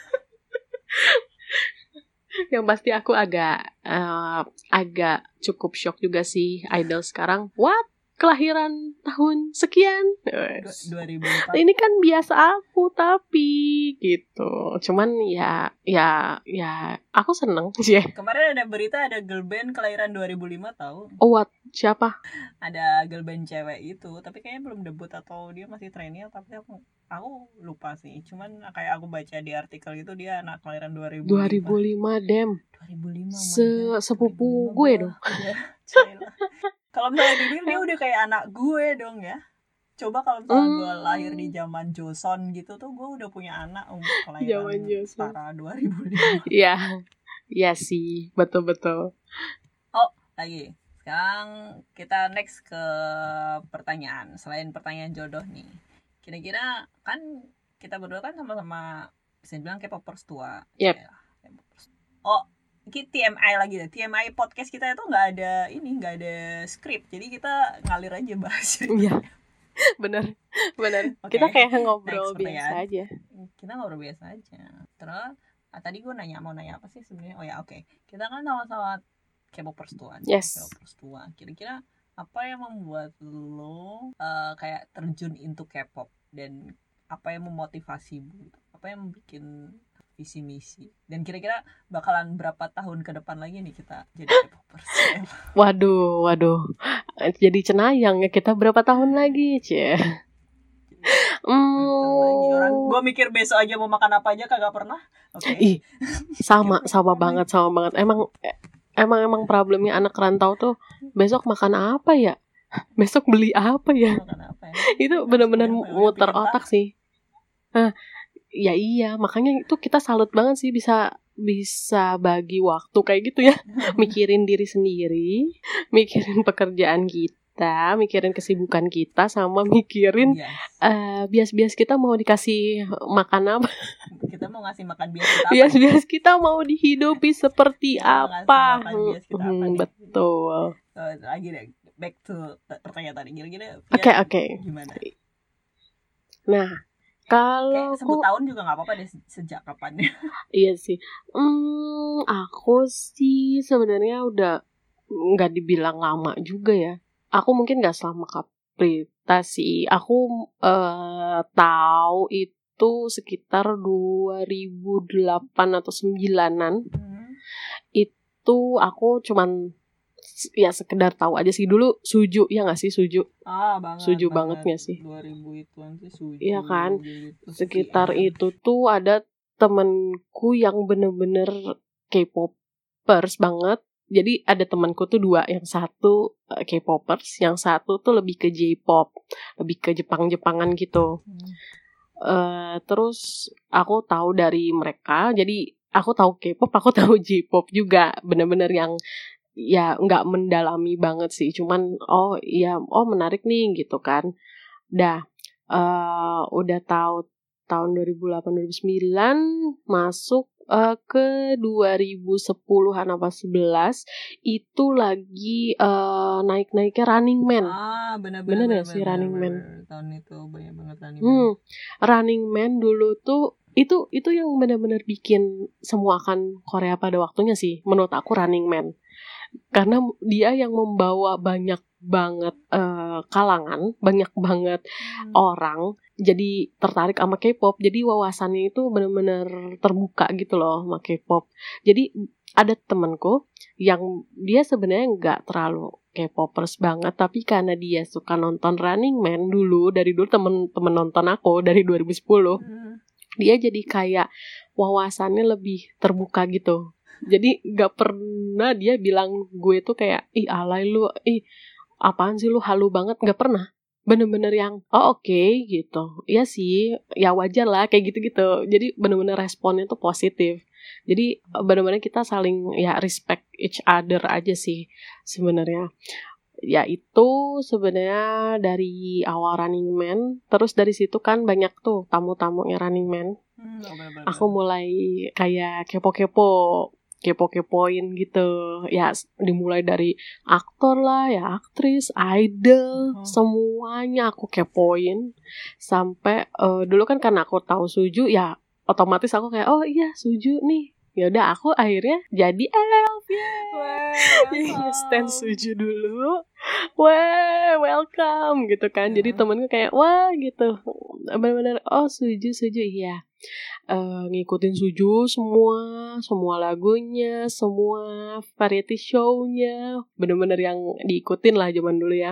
Yang pasti aku agak uh, agak cukup shock juga sih, idol sekarang. What? Kelahiran tahun sekian? dua ribu empat Ini kan biasa aku tapi gitu. Cuman ya ya ya aku seneng sih. Kemarin ada berita ada girl band kelahiran dua ribu lima tahu. Oh, what? Siapa? Ada girl band cewek itu, tapi kayaknya belum debut atau dia masih trainee, tapi aku aku lupa sih. Cuman kayak aku baca di artikel itu dia anak kelahiran dua ribu lima. dua ribu lima dem. dua ribu lima Se sepupu gue dong. Kalau misalnya dibilang dia udah kayak anak gue dong ya. Coba kalau misalnya hmm. gue lahir di zaman Joseon gitu tuh, gue udah punya anak umur kelahiran setara dua ribu lima. Iya, iya sih, betul-betul. Oh, lagi. Sekarang kita next ke pertanyaan. Selain pertanyaan jodoh nih, kira-kira kan kita berdua kan sama-sama bisa dibilang K-popers tua. Yep. Ya, oh, T M I lagi deh. T M I podcast kita itu nggak ada ini, nggak ada skrip, jadi kita ngalir aja bahas. Iya, bener, bener. Okay. Kita kayak ngobrol next, biasa aja. Kita ngobrol biasa aja. Terus, ah, tadi gue nanya mau nanya apa sih sebenarnya? Oh ya, oke. Okay. Kita kan sama-sama K-popers tua. Yes. K-popers tua. Kira-kira apa yang membuat lo uh, kayak terjun into K-pop, dan apa yang memotivasi bu? Apa yang bikin visi misi, dan kira-kira bakalan berapa tahun ke depan lagi nih kita jadi K-popers? Waduh, waduh, jadi cenayang ya kita berapa tahun lagi, cie? Hmm. Orang gue mikir besok aja mau makan apa aja kagak pernah. Oke. Okay. Ih, sama, sama banget, sama banget. Emang, emang, emang problemnya anak rantau tuh besok makan apa ya? Besok beli apa ya? Makan apa ya? Itu benar-benar muter otak sih. Nah, ya iya, makanya itu kita salut banget sih bisa bisa bagi waktu kayak gitu ya. Mikirin diri sendiri, mikirin pekerjaan kita, mikirin kesibukan kita, sama mikirin yes. uh, bias-bias kita mau dikasih makan apa. Kita mau ngasih makan bias kita apa? Bias-bias kita mau dihidupi seperti kita apa. Makan kita hmm, apa betul. So, lagi deh, back to pertanyaan tadi. Kira-kira Oke, oke. Gimana? Nah, kalau kayak sebut tahun juga nggak apa-apa deh, sejak kapan ya? Iya sih, hmm, aku sih sebenarnya udah nggak dibilang lama juga ya. Aku mungkin nggak selama Kaprita sih. Aku uh, tahu itu sekitar dua ribu delapan atau sembilanan. Hmm. Itu aku cuman ya sekedar tahu aja sih. Dulu Suju, ya nggak sih Suju? Ah, banget. Suju banget nggak sih? dua ribu ituan sih Suju. Iya kan? Gitu, sekitar ya. Itu tuh ada temenku yang bener-bener K-popers banget. Jadi ada temanku tuh dua, yang satu uh, K-popers, yang satu tuh lebih ke J-pop, lebih ke Jepang-Jepangan gitu. Hmm. Uh, terus aku tahu dari mereka, jadi aku tahu K-pop, aku tahu J-pop juga, bener-bener yang ya nggak mendalami banget sih, cuman oh iya, oh menarik nih gitu kan. Dah uh, udah tahu tahun dua ribu delapan dua ribu sembilan masuk uh, ke dua ribu sepuluhan apa sebelas itu lagi uh, naik-naiknya Running Man. Ah, benar-benar. Bener gak sih Running Man? Tahun itu banyak banget Running Man. Hmm, Running Man dulu tuh itu itu yang benar-benar bikin semua akan Korea pada waktunya sih menurut aku Running Man. Karena dia yang membawa banyak banget uh, kalangan, banyak banget hmm. orang jadi tertarik sama K-pop. Jadi wawasannya itu benar-benar terbuka gitu loh sama K-pop. Jadi ada temanku yang dia sebenarnya nggak terlalu K-popers banget, tapi karena dia suka nonton Running Man dulu, dari dulu temen-temen nonton aku dari dua ribu sepuluh, hmm. dia jadi kayak wawasannya lebih terbuka gitu. Jadi gak pernah dia bilang gue tuh kayak ih alay lu, ih apaan sih lu halu banget, gak pernah. Bener-bener yang oh oke okay, gitu. Iya sih, ya wajar lah kayak gitu-gitu. Jadi bener-bener responnya tuh positif. Jadi bener-bener kita saling ya respect each other aja sih sebenarnya. Ya itu sebenarnya dari awal Running Man. Terus dari situ kan banyak tuh tamu-tamunya Running Man. Hmm, aku mulai kayak kepo-kepo kepo-kepoin gitu. Ya dimulai dari aktor lah, ya aktris, idol, oh. semuanya aku kepoin. Sampai uh, dulu kan karena aku tahu Suju, ya otomatis aku kayak oh iya Suju nih. Ya udah aku akhirnya jadi elf. Wow, stand Suju dulu. Wah, welcome gitu kan. Yeah. Jadi temenku kayak wah gitu. Benar-benar oh Suju Suju iya. Uh, ngikutin Suju semua, semua lagunya, semua variety show-nya, bener-bener yang diikutin lah zaman dulu ya.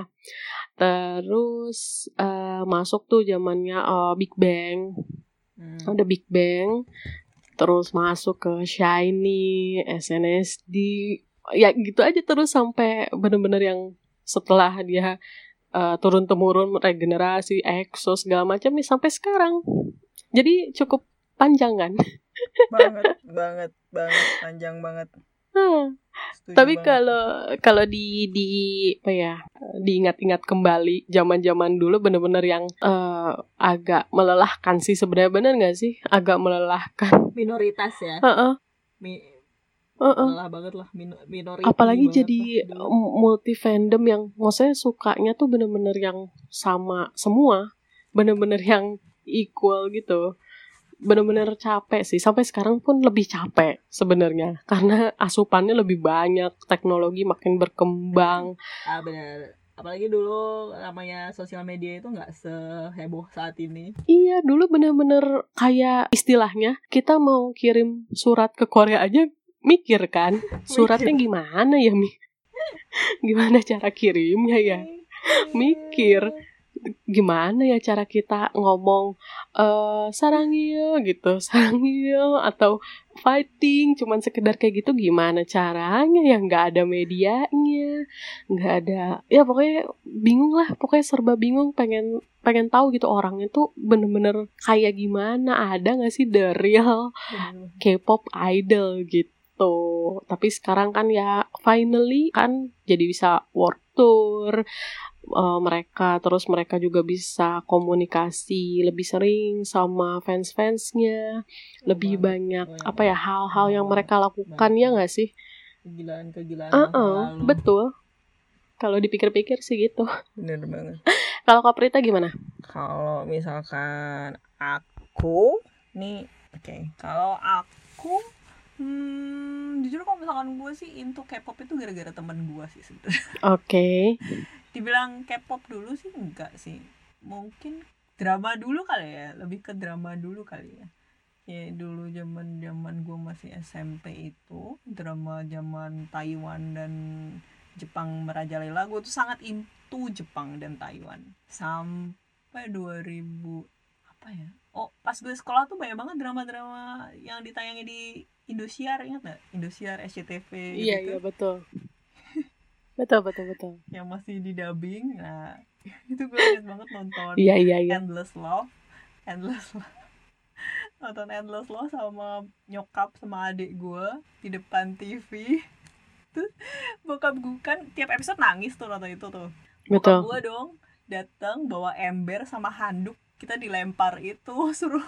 Terus uh, masuk tuh zamannya uh, Big Bang, hmm. ada Big Bang, terus masuk ke SHINee, S N S D, ya gitu aja terus sampai bener-bener yang setelah dia uh, turun-temurun regenerasi, EXO segala macam nih sampai sekarang. Jadi cukup panjang kan? banget, banget, banget, panjang banget. Hmm. Tapi kalau kalau di di apa ya diingat-ingat kembali zaman-zaman dulu bener-bener yang uh, agak melelahkan sih sebenarnya, bener nggak sih? Agak melelahkan. Minoritas ya. Uh-uh. Mi- uh-uh. Lelah banget lah min- minoritas. Apalagi jadi lah, multi fandom yang maksudnya sukanya tuh bener-bener yang sama semua, bener-bener yang equal gitu. Benar-benar capek sih, sampai sekarang pun lebih capek sebenarnya karena asupannya lebih banyak, teknologi makin berkembang. Ah benar, apalagi dulu namanya sosial media itu nggak seheboh saat ini. Iya, dulu benar-benar kayak istilahnya kita mau kirim surat ke Korea aja mikir kan, suratnya gimana ya Mi? Gimana cara kirimnya ya? Mikir. Gimana ya cara kita ngomong uh, sarangyo gitu, sarangyo atau fighting cuman sekedar kayak gitu, gimana caranya ya, nggak ada medianya, nggak ada, ya pokoknya bingung lah, pokoknya serba bingung, pengen pengen tahu gitu orangnya tuh bener-bener kayak gimana, ada nggak sih the real K-pop idol gitu. Tapi sekarang kan ya finally kan jadi bisa world tour. Uh, mereka terus mereka juga bisa komunikasi lebih sering sama fans-fansnya, lebih oh, banyak oh, ya. apa ya hal-hal oh, yang mereka lakukan banyak. Ya nggak sih, kegilaan-kegilaan uh-uh, betul. Kalau dipikir-pikir sih gitu. Bener banget. Kalau Kak Prita gimana? Kalau misalkan aku nih, oke, okay. Kalau aku Hmm, jujur kalau misalkan gue sih into K-pop itu gara-gara teman gue sih sebenarnya. Oke. Okay. Dibilang K-pop dulu sih enggak sih. Mungkin drama dulu kali ya, lebih ke drama dulu kali ya. Ya dulu zaman-zaman gue masih S M P itu, drama zaman Taiwan dan Jepang merajalela. Gue tuh sangat into Jepang dan Taiwan. Sampai dua ribu apa ya? Oh, pas gue sekolah tuh banyak banget drama-drama yang ditayangi di Indosiar, ingat gak? Indosiar, S C T V iya, gitu. Iya, betul. Betul, betul, betul. Yang masih di dubbing. Nah, itu gue ingat banget nonton iya, iya, iya. Endless Love. Endless Love. Nonton Endless Love sama nyokap sama adik gue di depan T V. Terus bokap gue kan tiap episode nangis tuh nonton itu tuh. Bokap betul. gue dong datang bawa ember sama handuk, kita dilempar itu, suruh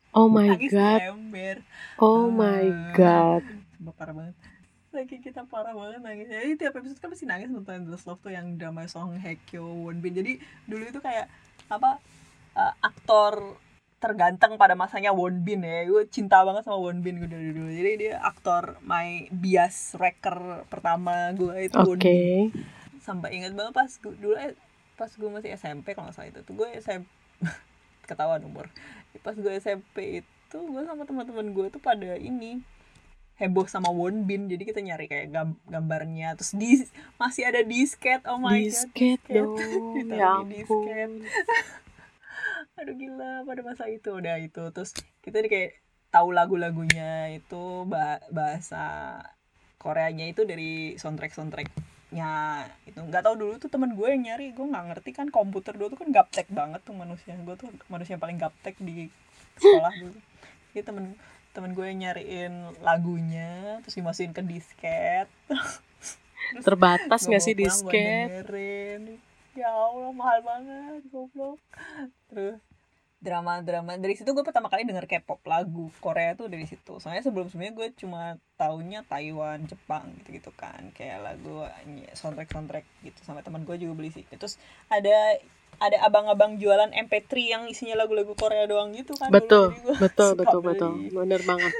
Oh my nangis god. ember. Oh my god. Sumpah parah banget. Lagi kita parah banget nangisnya. Jadi tiap episode kan pasti nangis nonton Endless Love tuh yang drama Song Hye Kyo, Won Bin. Jadi dulu itu kayak apa uh, aktor terganteng pada masanya Won Bin ya. Gue cinta banget sama Won Bin gue dari dulu. Jadi dia aktor my bias wrecker pertama gue itu Oke. Won Bin. Sampai ingat banget pas gue, dulu pas gue masih S M P kalau nggak salah itu tuh gue S M P ketahuan umur. Pas gue S M P itu gue sama teman-teman gue tuh pada ini heboh sama Won Bin, jadi kita nyari kayak gam- gambarnya, terus di masih ada disket. Oh my Disket god, dong. Ya ditaruh di disket. ampun. Aduh gila, pada masa itu udah itu. Terus kita nih kayak tahu lagu-lagunya itu bah- bahasa Koreanya itu dari soundtrack-soundtracknya itu. Nggak tahu dulu tuh teman gue yang nyari, gue nggak ngerti kan komputer dulu tuh kan gaptek banget tuh manusia. Gue tuh manusia yang paling gaptek di sekolah dulu. Jadi temen temen gue yang nyariin lagunya terus dimasukin ke disket. Terus Terbatas gue nggak bawa sih pulang, gue disket? dengerin. Ya Allah, mahal banget, goblok. Terus drama-drama dari situ gue pertama kali denger K-pop lagu Korea tuh dari situ. Soalnya sebelum-sebelumnya gue cuma taunya Taiwan, Jepang gitu-gitu kan, kayak lagu soundtrack-soundtrack gitu. Sama teman gue juga beli sih. Terus ada ada abang-abang jualan M P tiga yang isinya lagu-lagu Korea doang gitu kan. Betul, dulu. Jadi gue betul, suka betul, beli. betul, bener banget.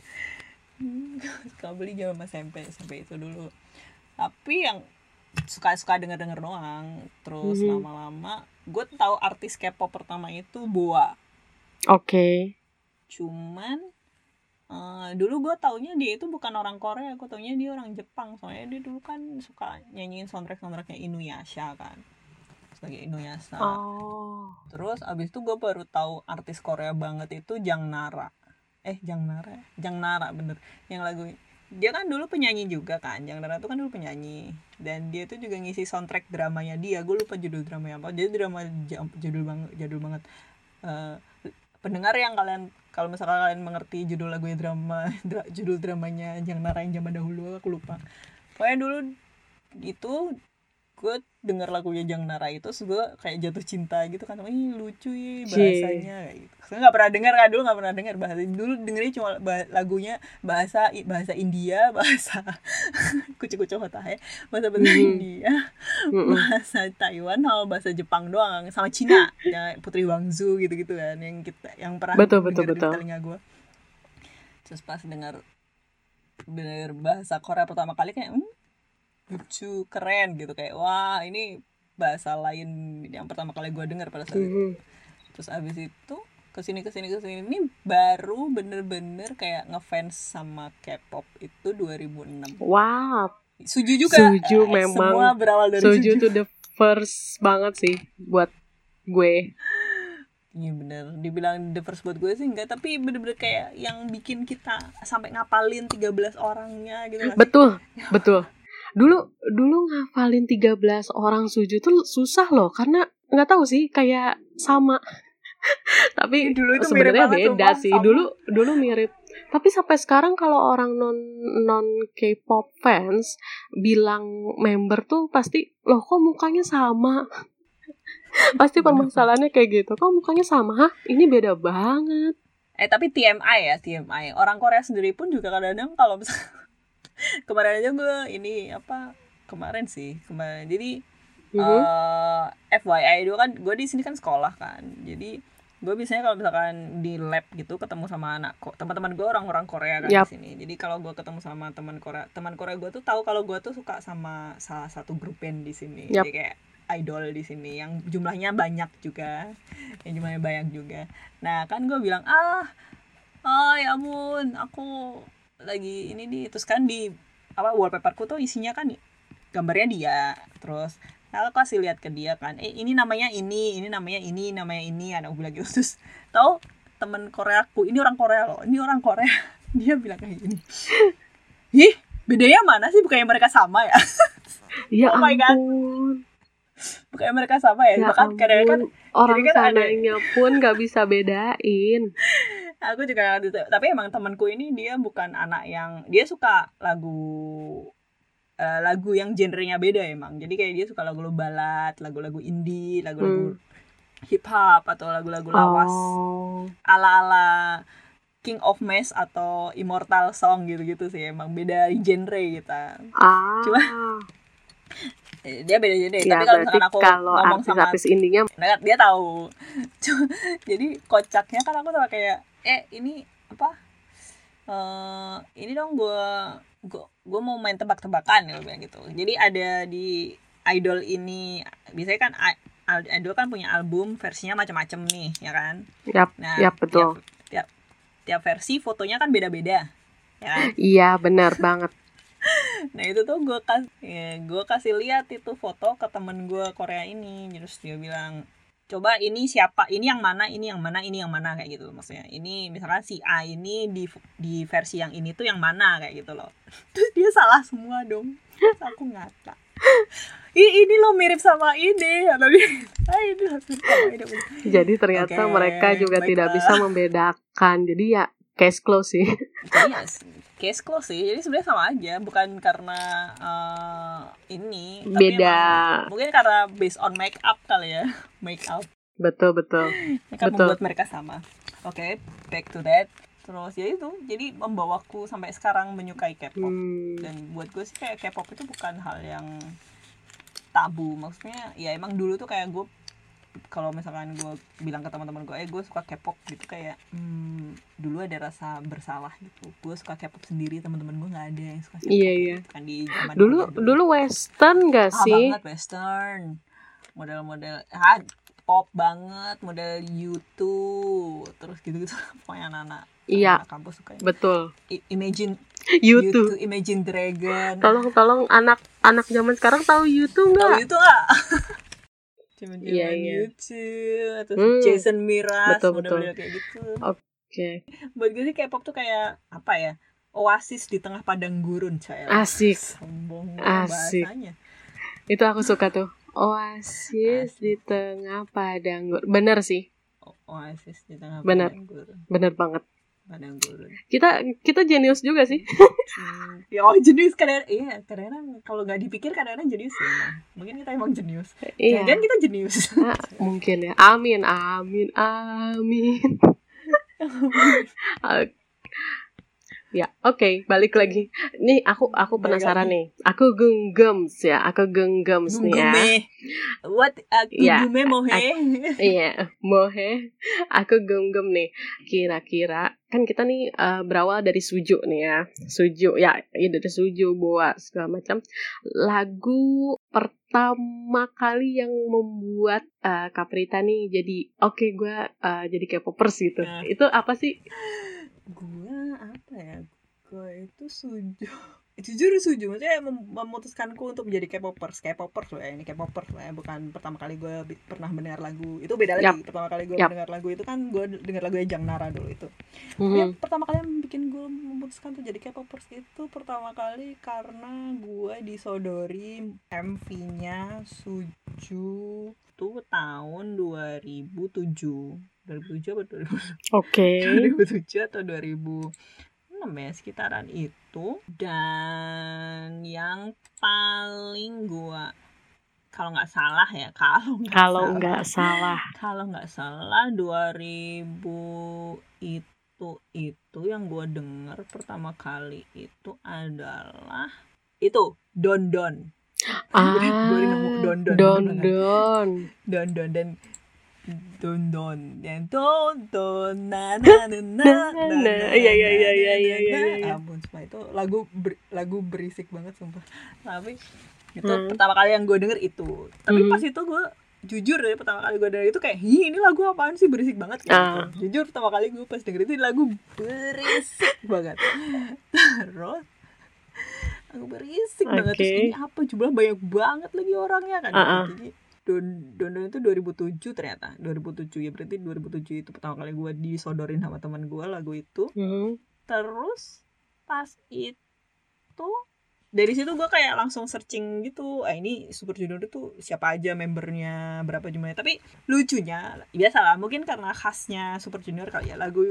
Suka beli zaman S M P, S M P itu dulu. Tapi yang suka-suka denger-denger doang. Terus Mhm. lama-lama gue tahu artis K-pop pertama itu Boa. Oke. Cuman uh, dulu gue taunya dia itu bukan orang Korea, gue taunya dia orang Jepang. Soalnya dia dulu kan suka nyanyiin soundtrack-soundtracknya Inuyasha kan, sebagai Inuyasha. Oh. Terus abis itu gue baru tahu artis Korea banget itu Jang Nara. Eh Jang Nara, Jang Nara bener. Yang lagu dia kan dulu penyanyi juga kan. Jang Nara tuh kan dulu penyanyi. Dan dia tuh juga ngisi soundtrack dramanya dia. Gue lupa judul dramanya apa. Jadi drama jadul banget, jadul banget. Uh, pendengar yang kalian kalau misalkan kalian mengerti judul lagunya drama dra, judul dramanya Jang Nara yang zaman dahulu, aku lupa. Pokoknya dulu itu gue denger lagunya Jang Nara itu, terus gue kayak jatuh cinta gitu kan. Ih lucu ya bahasanya kayak gitu. Saya nggak pernah denger kan dulu, nggak pernah denger bahasa dulu, dengernya cuma bah- lagunya bahasa bahasa India, bahasa kucu-kucu hotahe, bahasa bahasa Mhm. India, Mhm. bahasa Taiwan, sama bahasa Jepang doang, sama Cina ya Putri Wangzu gitu-gitu kan yang kita yang pernah Betul, betul, denger di betul. telinga gue. Terus pas denger denger bahasa Korea pertama kali kayak hmm, lucu, keren gitu, kayak wah ini bahasa lain yang pertama kali gue dengar pada saat itu. Mhm. Terus abis itu kesini kesini kesini ini baru bener-bener kayak ngefans sama K-pop itu dua ribu enam. Wow. Suju juga. Suju Eh, memang. semua berawal dari Suju Suju. tuh the first banget sih buat gue. Iya bener, dibilang the first buat gue sih enggak, tapi bener-bener kayak yang bikin kita sampai ngapalin tiga belas orangnya gitu lah. Betul, betul. Dulu dulu ngafalin tiga belas orang Suju tuh susah loh, karena nggak tahu sih kayak sama. Tapi ya, dulu itu sebenarnya mirip beda banget, sih. sama. Dulu dulu mirip. Tapi sampai sekarang kalau orang non non K-pop fans bilang member tuh pasti, loh kok mukanya sama. Pasti permasalahannya kayak gitu. Kok mukanya sama? Hah? Ini beda banget. Eh tapi T M I ya, T M I. Orang Korea sendiri pun juga kadang-kadang kalau misalnya kemarin aja gue ini apa kemarin sih kemarin jadi Mhm. uh, F Y I dulu kan gue di sini kan sekolah kan, jadi gue biasanya kalau misalkan di lab gitu ketemu sama anak kok teman-teman gue orang-orang Korea kan Yap. di sini. Jadi kalau gue ketemu sama teman Korea, teman Korea gue tuh tahu kalau gue tuh suka sama salah satu grup band di sini. Yap. Jadi kayak idol di sini yang jumlahnya banyak juga, yang jumlahnya banyak juga. Nah kan gue bilang ah, oh ya ampun, aku lagi ini nih, terus kan di apa wallpaperku tuh isinya kan gambarnya dia, terus aku kasih lihat ke dia kan, eh ini namanya ini, ini namanya ini, namanya ini, anak gue bilang gitu. Terus tahu temen Koreaku, ini orang Korea loh, ini orang Korea, dia bilang kayak gini, ih bedanya mana sih, bukannya mereka sama ya? Ya oh my God. ampun. Bukannya mereka sama ya? Ya Bahkan kadang-kadang orang jadi kan ada- sananya pun gak bisa bedain. aku juga gitu. Tapi emang temanku ini dia bukan anak yang, dia suka lagu uh, lagu yang genrenya beda emang. Jadi kayak dia suka lagu-lagu balad, lagu-lagu indie, lagu-lagu Hmm. hip hop atau lagu-lagu lawas Oh. ala-ala King of Mess atau Immortal Song gitu-gitu sih. Emang beda genre kita. Ah. Cuma dia beda genre. Ya, Tapi kalau berarti misalkan aku kalau ngomong sama artis-artis indinya nah, dia tahu. Cuma, jadi kocaknya kan aku sama kayak eh ini apa? Eh ini dong gue gue gue mau main tebak-tebakan gitu bilang gitu. Jadi ada di idol ini biasanya kan i- al- idol kan punya album versinya macam-macam nih, ya kan? Yap, Nah, yap betul. tiap, tiap tiap versi fotonya kan beda-beda, ya kan? Iya, benar banget. Nah itu tuh gue kas ya, gue kasih lihat itu foto ke temen gue Korea ini, terus dia bilang coba ini siapa, ini yang mana, ini yang mana, ini yang mana kayak gitu maksudnya. Ini misalkan si A ini di di versi yang ini tuh yang mana kayak gitu loh. Terus dia salah semua dong. Terus aku ngata. Ih ini lo mirip sama ini, atau dia, ah ini mirip sama ini. Jadi ternyata Oke, mereka juga baiklah. tidak bisa membedakan. Jadi ya case close sih. Jadi ya case close sih. Jadi sebenarnya sama aja, bukan karena uh, ini tapi Beda. emang, mungkin karena based on make up kali ya. Make up. Betul, betul. Make up Betul. membuat mereka sama. Oke, okay, back to that. Terus ya itu, jadi membawaku sampai sekarang menyukai K-pop. Hmm. Dan buat gue sih kayak K-pop itu bukan hal yang tabu. Maksudnya ya emang dulu tuh kayak gue kalau misalkan gue bilang ke teman-teman gue, eh gue suka K-pop gitu kayak, hmm, dulu ada rasa bersalah gitu. Gue suka K-pop sendiri, teman-teman gue nggak ada yang suka K-pop. Iya, iya. Gitu kan di zaman Dulu dulu. dulu western gak Ah, sih? banget western, model-model ah, pop banget, model U two, terus gitu-gitu. Pokoknya anak-anak Iya. anak kampus suka. Betul. I- Imagine You U too. two, Imagine Dragon. Tolong tolong anak anak zaman sekarang tahu You too Tahu nggak? itu nggak? Cuman-cuman Iya, iya. YouTube, terus Hmm, Jason Mraz, betul, betul. model-model kayak gitu. Oke. Buat gue sih K-pop tuh kayak apa ya? Oasis di tengah padang gurun, coy. Asik. Sombong Asik. bahasanya. Itu aku suka tuh. Oasis di tengah padang gurun. Bener sih. O- Oasis di tengah Bener. padang gurun. Bener banget. Padang gurun. Kita kita jenius juga sih. Hmm. Ya, oh jenius kadang iya, kadang kalau nggak dipikir kadang-kadang jenius ya. Emang. Mungkin kita emang jenius. Iya. Jangan kita jenius. Ah, mungkin ya. Amin, amin, amin. Ah, ya, oke, balik lagi. Nih aku aku Balik penasaran lagi. nih. Aku genggems ya. Aku genggems nih ya. Gunggume. What? Uh, Ya, gunggume mohe. Iya, mohe. Aku genggam nih. Kira-kira kan kita nih uh, berawal dari Suju nih ya. Suju ya, ya dari Suju Boa segala macam. Lagu pertama kali yang membuat uh, Kaprita nih jadi oke okay, gue uh, jadi K-popers gitu. Nah. Itu apa sih? Gue apa ya? Gue itu Suju. Jujur Suju, maksudnya mem- memutuskanku untuk menjadi K-popers, K-popers loh ya, ini K-popers lah ya, bukan pertama kali gue bi- pernah mendengar lagu, itu beda lagi. Yap. Pertama kali gue Yap. mendengar lagu itu kan gue dengar lagu Jang Nara dulu itu. Mhm. Ya, pertama kali yang bikin gue memutuskan untuk jadi K-popers itu pertama kali karena gue disodori M V-nya Suju tuh tahun dua ribu tujuh. dua ribu tujuh apa dua ribu Oke. dua ribu tujuh atau dua ribu enam ya, sekitaran itu. Dan yang paling gua kalau nggak salah ya kalau nggak Kalau salah nggak salah. kalau nggak salah dua ribu itu itu yang gua denger pertama kali itu adalah itu Don Don. Ah, Gua nemu Don Don Don bener banget. Don. Don Don dan Don Don dan Don Don na na na na na na Iya, iya, iya, iya, iya, iya, iya. ampun sumpah itu lagu ber- lagu berisik banget sumpah. Tapi itu Hmm. pertama kali yang gue denger itu. Tapi Hmm. pas itu gue jujur ya pertama kali gue denger itu kayak hi ini lagu apaan sih berisik banget kayak Ah. gitu. Jujur pertama kali gue pas denger itu lagu berisik banget. Terus lagu berisik banget terus Oke. ini apa jumlah banyak banget lagi orangnya kan. Ah-ah. Jadi Don Don Don itu dua ribu tujuh ternyata. dua ribu tujuh ya berarti dua ribu tujuh itu pertama kali gue disodorin sama teman gue lagu itu. Mhm. Terus pas itu dari situ gue kayak langsung searching gitu, ah ini Super Junior itu siapa aja membernya, berapa jumlahnya. Tapi lucunya biasa lah, mungkin karena khasnya Super Junior kali ya, lagu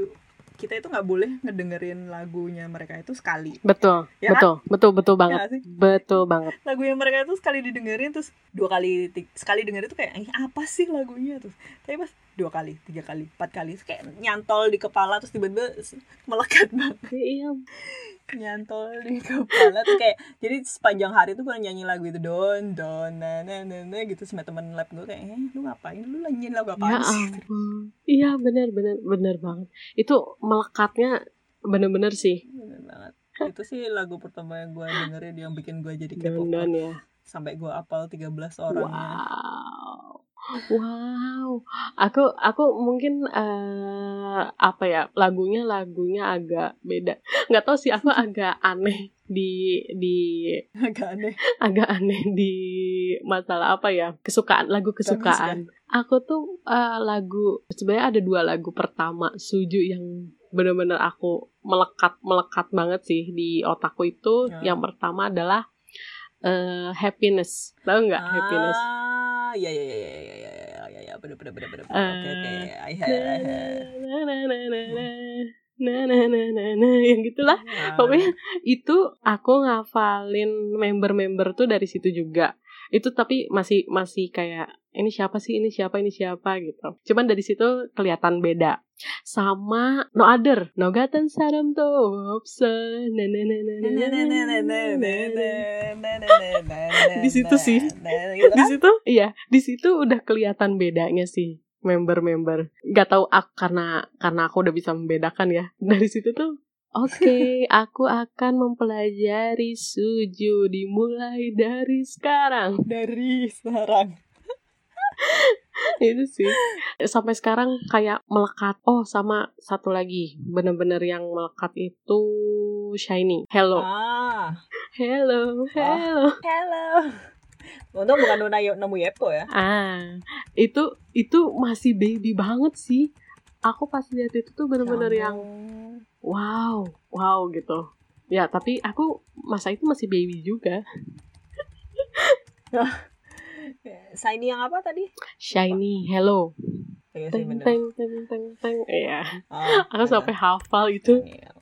kita itu nggak boleh ngedengerin lagunya mereka itu sekali. Betul, Ya betul, betul, betul Ya banget, nggak sih? betul banget. Lagunya mereka itu sekali didengerin terus dua kali ti- sekali dengerin itu kayak, "Eh, apa sih lagunya?" Terus tapi pas dua kali, tiga kali, empat kali terus kayak nyantol di kepala terus tiba-tiba s- melekat banget. Iya, Nyantol di kepala tuh kayak jadi sepanjang hari tuh gue nyanyi lagu itu don don na na na na gitu sama temen lab gue kayak, eh lu ngapain, lu nyanyiin lagu ya apaan sih? ampun. Iya, benar, benar, benar banget. Itu melekatnya bener-bener sih. Bener banget. Itu sih lagu pertama yang gue dengerin yang bikin gue jadi Don K-popper Don ya. sampai gue apal tiga belas orangnya. Wow. Wow. Aku aku mungkin eh apa ya, lagunya lagunya agak beda. Nggak tahu sih, aku agak aneh di di Agak aneh. agak aneh di masalah apa ya, kesukaan, lagu kesukaan. Aku tuh eh, lagu sebenarnya ada dua lagu pertama Suju yang benar-benar aku melekat melekat banget sih di otakku itu. Ya. Yang pertama adalah eh, Happiness. Tahu nggak Happiness? Ah, ya ya ya ya ya ya ya ya ya bener bener bener bener. Eh, Oke oke. I had I had. na na na na na na na na na na yang gitulah. Ah, Pokoknya itu aku ngafalin member-member tuh dari situ juga. Itu tapi masih masih kayak ini siapa sih, ini siapa, ini siapa gitu. Cuman dari situ kelihatan beda. Sama No Other, No Gaten Saram to Opsa, na na na na na na na na na. Di situ sih. Di situ, iya, di situ udah kelihatan bedanya sih member-member. Gak tahu ak karena karena aku udah bisa membedakan ya. Dari situ tuh oke, okay, aku akan mempelajari Suju dimulai dari sekarang. Dari sekarang. Itu sih. Sampai sekarang kayak melekat. Oh, sama satu lagi. Bener-bener yang melekat itu Shiny. Hello. Ah. Hello, hello. Oh, hello. Untung bukan Nona Nemu Yepo ya. Ah, itu itu masih baby banget sih. Aku pas lihat itu tuh bener-bener yang wow, wow gitu. Ya, tapi aku masa itu masih baby juga. Shiny yang apa tadi? Shiny, hello. Iya sih, Teng bener. teng teng teng teng. Iya. Oh, Aku bener. sampai hafal itu.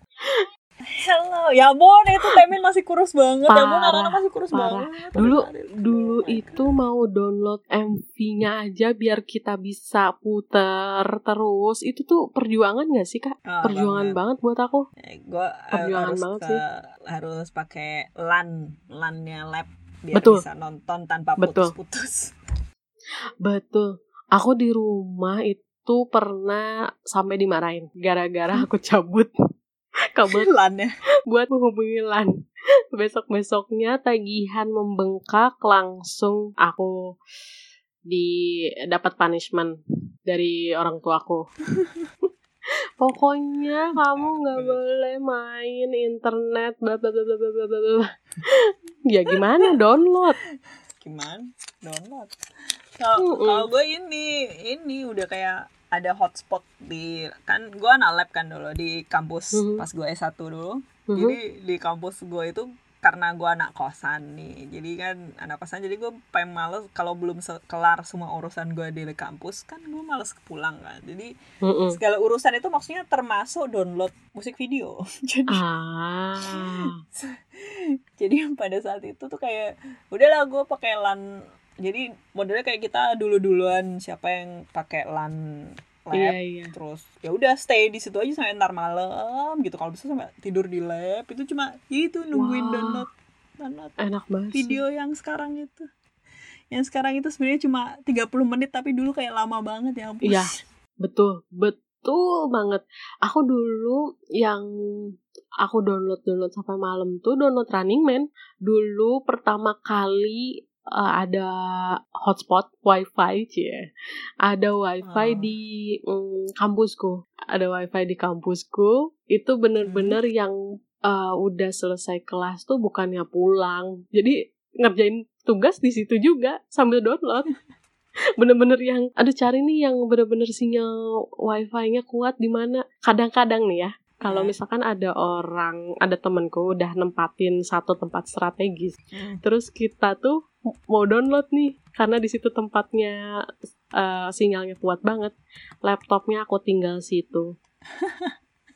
Hello, ya ampun, itu Temin masih kurus banget. Ya ampun, Parah, anak-anak masih kurus parah. banget. Dulu dulu itu mau download M V-nya aja biar kita bisa puter terus. Itu tuh perjuangan gak sih, Kak? Oh, Perjuangan banget. banget buat aku. Eh, gua eh, Perjuangan harus banget ke, sih. harus pakai LAN, LAN-nya lab biar Betul. bisa nonton tanpa Betul. putus-putus. Betul. Aku di rumah itu pernah sampai dimarahin gara-gara aku cabut kabel LAN-nya buat menghubungi LAN. Besok-besoknya tagihan membengkak, langsung aku di dapat punishment dari orang tuaku. Pokoknya kamu nggak boleh main internet, bla bla bla bla bla bla bla. Ya gimana download? Gimana? Download. Kalau kalau gue ini ini udah kayak ada hotspot di, kan gue anak lab kan dulu di kampus Mm-hmm. pas gue S satu dulu. Mm-hmm. Jadi di kampus gue itu karena gue anak kosan nih. Jadi kan anak kosan, jadi gue pengen males kalau belum se- kelar semua urusan gue di kampus, kan gue males pulang kan. Jadi Mm-mm. segala urusan itu maksudnya termasuk download musik video. Jadi Ah. jadi pada saat itu tuh kayak udahlah gue pakai LAN. Jadi modelnya kayak kita dulu-duluan siapa yang pakai LAN lab, Iya, iya. terus ya udah stay di situ aja sampai ntar malam gitu, kalau bisa sampai tidur di lab. Itu cuma itu nungguin Wah. download download Enak banget video sih. yang sekarang itu. Yang sekarang itu sebenarnya cuma tiga puluh menit tapi dulu kayak lama banget, ya ampun. Iya, betul, betul banget. Aku dulu yang aku download-download sampai malam tuh download Running Man. Dulu pertama kali uh, ada hotspot wifi, cie. Ada wifi Oh. di mm, kampusku. Ada wifi di kampusku. Itu bener-bener Hmm. yang uh, udah selesai kelas tuh bukannya pulang. Jadi ngerjain tugas di situ juga sambil download. Bener-bener yang aduh cari nih yang bener-bener sinyal wifi-nya kuat di mana. Kadang-kadang nih ya, kalau Hmm. misalkan ada orang, ada temenku udah nempatin satu tempat strategis, Hmm. terus kita tuh mau download nih karena di situ tempatnya uh, sinyalnya kuat banget, laptopnya aku tinggal situ.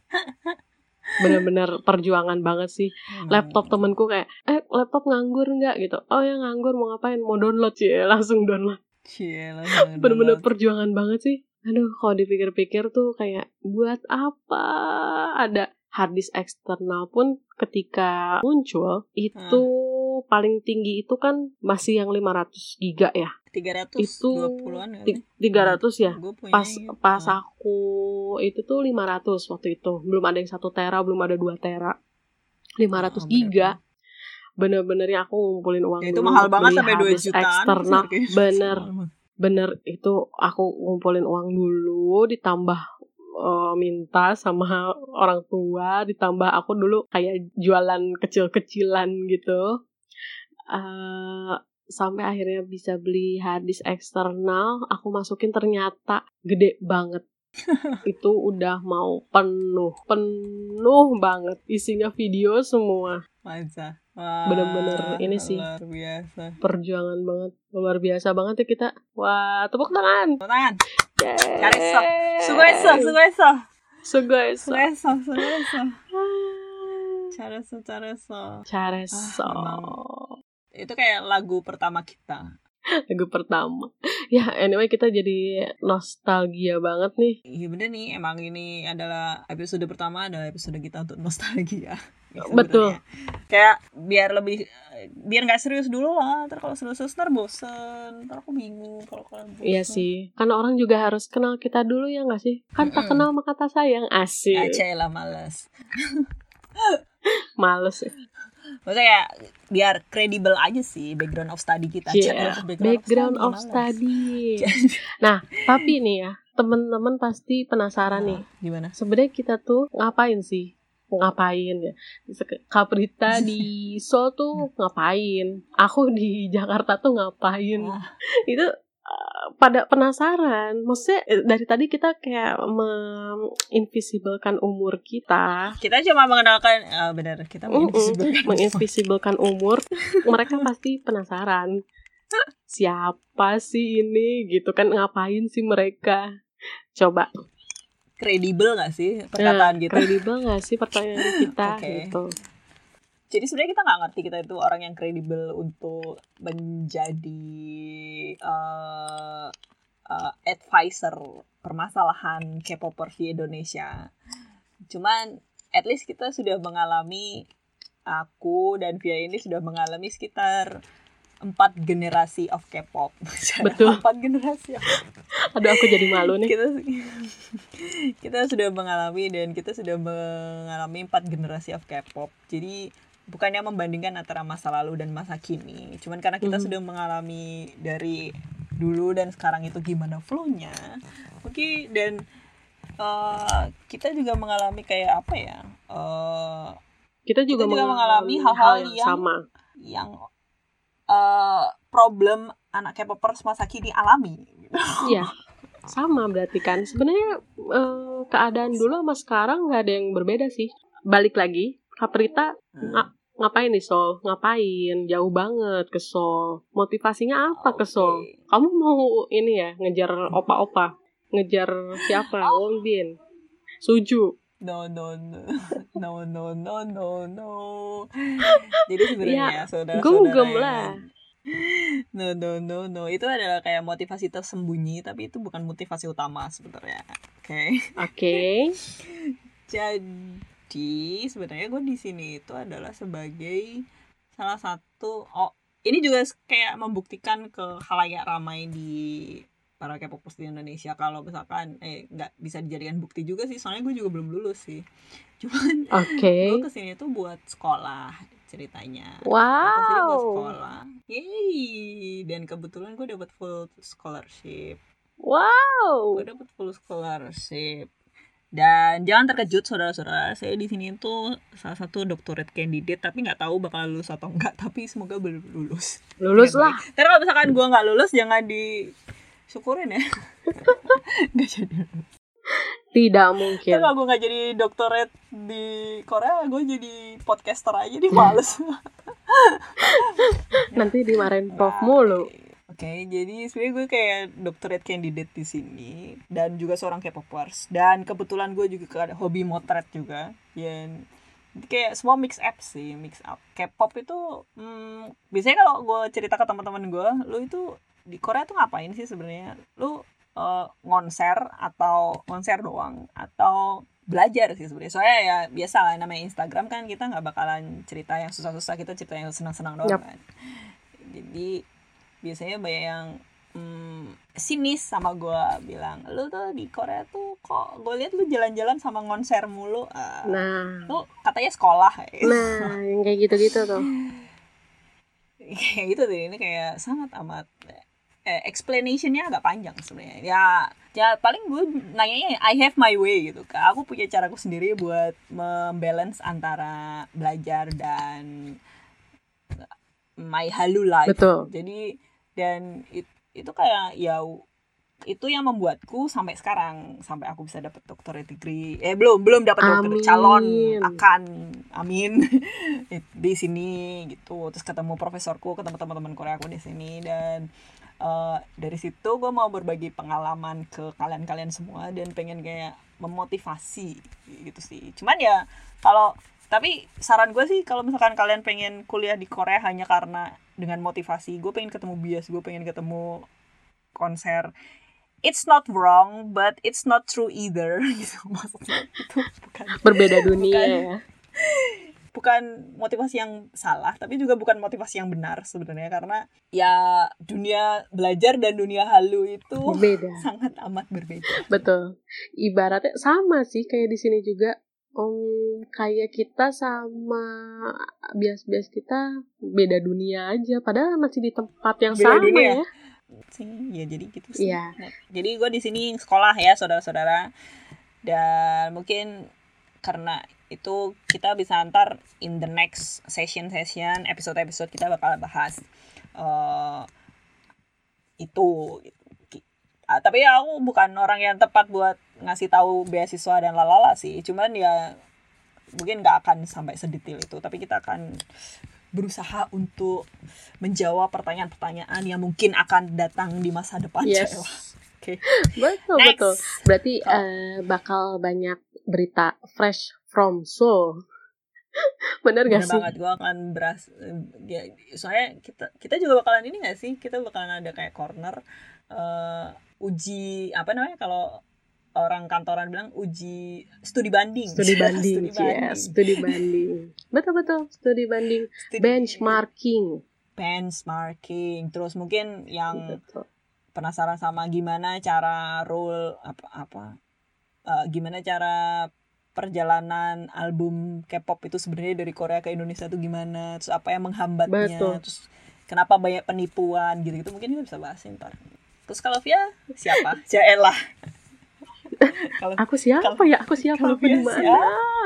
Bener-bener perjuangan banget sih. Hmm. Laptop temenku kayak, eh laptop nganggur nggak gitu. Oh ya nganggur, mau ngapain? Mau download sih, langsung download. Ciela, Bener-bener perjuangan banget sih. Aduh, kalau dipikir-pikir tuh kayak buat apa ada hard disk eksternal pun ketika muncul itu hmm. paling tinggi itu kan masih yang lima ratus giga ya. tiga ratus itu dua puluhan ya. tiga ratus ya. Pas gitu. pas aku itu tuh lima ratus waktu itu. Belum ada yang satu tera, belum ada dua tera. lima ratus oh, giga. Bener-bener ya aku ngumpulin uang ya, itu mahal banget sampai dua jutaan eksternal. Bener. Bener itu aku ngumpulin uang dulu ditambah uh, minta sama orang tua, ditambah aku dulu kayak jualan kecil-kecilan gitu. Uh, sampai akhirnya bisa beli hard disk eksternal, aku masukin ternyata gede banget. Itu udah mau penuh, penuh banget isinya video semua. Masa? Wah, bener-bener ini sih luar biasa, perjuangan banget, luar biasa banget ya kita. Wah, tepuk tangan, tepuk tangan. Careso, sugueso, sugueso, sugueso, sugueso, sugueso. Careso, careso, careso. Ah, itu kayak lagu pertama kita. Lagu pertama. Ya, anyway kita jadi nostalgia banget nih. Iya bener nih, emang ini adalah episode pertama, adalah episode kita untuk nostalgia. Betul. Kayak biar lebih, biar nggak serius dulu lah. Ntar kalau serius ntar bosen, ntar aku bingung kalau kalian bosen. Iya sih, karena orang juga harus kenal kita dulu ya nggak sih? Kan tak kenal maka kata sayang, asik. Aceh lah males. Males ya. Maksudnya kayak biar kredibel aja sih background of study kita. Yeah. Background, background of study. of study. Nah, tapi nih ya, temen-temen pasti penasaran nah, nih. Gimana? Sebenarnya kita tuh ngapain sih? Ngapain ya? Kaprita di Seoul tuh ngapain? Aku di Jakarta tuh ngapain? Ah. Itu uh, pada penasaran. Maksudnya dari tadi kita kayak menginvisiblekan umur kita. Kita cuma mengenalkan, uh, benar kita menginvisiblekan, uh-uh, menginvisiblekan umur. Mereka pasti penasaran. Siapa sih ini? Gitu kan, ngapain sih mereka? Coba. Kredibel gak sih perkataan nah, gitu? Kredibel gak sih pertanyaan kita okay. gitu. Jadi sebenarnya kita nggak ngerti kita itu orang yang kredibel untuk menjadi uh, uh, advisor permasalahan K-popers di Indonesia. Cuman at least kita sudah mengalami, aku dan Via ini sudah mengalami sekitar empat generasi of K-pop. Betul. Empat generasi. Aduh, aku jadi malu nih. Kita, kita sudah mengalami dan kita sudah mengalami empat generasi of K-pop. Jadi bukannya membandingkan antara masa lalu dan masa kini. Cuman karena kita mm. sudah mengalami dari dulu dan sekarang itu gimana flow-nya. Oke, okay, dan uh, kita juga mengalami kayak apa ya? Uh, kita juga, kita juga mengalami hal-hal yang, yang sama. Yang Uh, problem anak K-popers masa kini alami. Iya, sama berarti kan. Sebenarnya uh, keadaan dulu sama sekarang nggak ada yang berbeda sih. Balik lagi, Kaprita hmm. ng- ngapain di Seoul? Ngapain? Jauh banget ke Seoul. Motivasinya apa okay. ke Seoul? Kamu mau ini ya, ngejar opa-opa? Ngejar siapa? Oh. Won Bin? Suju? No no no no no no no no. Jadi sebenarnya ya, saudara-saudara lah. No no no no itu adalah kayak motivasi tersembunyi, tapi itu bukan motivasi utama sebenarnya. Oke. Okay? Oke. Okay. Jadi sebenarnya gue di sini itu adalah sebagai salah satu, oh ini juga kayak membuktikan ke khalayak ramai di para K-popers di Indonesia kalau misalkan eh nggak bisa dijadikan bukti juga sih, soalnya gue juga belum lulus sih. Cuman okay. gue kesini tuh buat sekolah ceritanya. Wow. Gue kesini buat sekolah. Yeay. Dan kebetulan gue dapat full scholarship. Wow. Gue dapat full scholarship. Dan jangan terkejut saudara-saudara, saya di sini tuh salah satu doctorate candidate, tapi nggak tahu bakal lulus atau enggak, tapi semoga belum lulus. Lulus lah. Tapi kalau misalkan gue nggak lulus, jangan disyukurin ya. Nggak jadi. Tidak mungkin. Tapi kalau gue nggak jadi doctorate di Korea, gue jadi podcaster aja, di males. Nanti dimarahin prof mulu. okay, jadi sebenarnya gue kayak doctorate candidate di sini dan juga seorang K-popers, dan kebetulan gue juga ada hobi motret juga. Dan kayak semua mix up sih, mix up. K-pop itu hmm, biasanya kalau gue cerita ke teman-teman gue, lu itu di Korea tuh ngapain sih sebenarnya? Lu uh, ngonser atau konser doang atau belajar sih sebenarnya. Soalnya ya biasa lah, namanya Instagram kan, kita nggak bakalan cerita yang susah-susah, kita cerita yang senang-senang doang. Yep. Kan. Jadi biasanya banyak yang hmm, sinis sama gue, bilang lu tuh di Korea tuh kok gue lihat lu jalan-jalan sama konser mulu. Uh, nah, lu katanya sekolah. Nah, yang kayak gitu-gitu tuh. Kayak gitu tuh, ini kayak sangat amat eh, explanationnya agak panjang sebenarnya. Ya, ya paling gue nanyanya I have my way gitu. Aku punya caraku sendiri buat membalance antara belajar dan my halu life. Betul. Jadi dan it, itu kayak ya itu yang membuatku sampai sekarang, sampai aku bisa dapat doctorate degree. Eh belum belum dapat doctorate, calon akan amin di sini gitu. Terus ketemu profesorku, ketemu teman-teman Korea aku di sini, dan uh, dari situ gue mau berbagi pengalaman ke kalian-kalian semua dan pengen kayak memotivasi gitu sih. Cuman ya kalau tapi saran gue sih, kalau misalkan kalian pengen kuliah di Korea hanya karena dengan motivasi, gue pengen ketemu bias, gue pengen ketemu konser, it's not wrong, but it's not true either. Gitu maksudnya. Itu bukan berbeda dunia bukan, ya. Bukan motivasi yang salah, tapi juga bukan motivasi yang benar sebenarnya, karena ya dunia belajar dan dunia halu itu berbeda. Sangat amat berbeda. Betul. Ibaratnya sama sih kayak di sini juga. Um, kayak kita sama bias-bias kita beda dunia aja, padahal masih di tempat yang beda sama dunia. Ya. Sih, ya jadi gitu sih. Yeah. Nah, jadi gue di sini sekolah ya saudara-saudara, dan mungkin karena itu kita bisa antar in the next session-session episode-episode kita bakal bahas uh, itu. Uh, tapi ya aku bukan orang yang tepat buat ngasih tahu beasiswa dan lalala sih. Cuman ya mungkin nggak akan sampai sedetail itu. Tapi kita akan berusaha untuk menjawab pertanyaan-pertanyaan yang mungkin akan datang di masa depan. Yes. Oke. Okay. Betul Next. betul. Berarti oh. uh, bakal banyak berita fresh from Seoul. Bener gak sih? Bener banget, gue akan beras. Ya, soalnya kita kita juga bakalan ini gak sih? Kita bakalan ada kayak corner. Uh, uji apa namanya kalau orang kantoran bilang uji studi banding. Studi banding, studi banding. Yes, studi banding. Betul betul, studi banding. Studi benchmarking. Benchmarking. Terus mungkin yang betul. Penasaran sama gimana cara rule apa apa uh, gimana cara perjalanan album K-pop itu sebenarnya dari Korea ke Indonesia tuh gimana? Terus apa yang menghambatnya? Betul. Terus kenapa banyak penipuan gitu-gitu, mungkin kita bisa bahas ntar. Terus kalau Via siapa? Jaelah. Kalau aku siapa kalo, ya? Aku siapa? Aku di mana?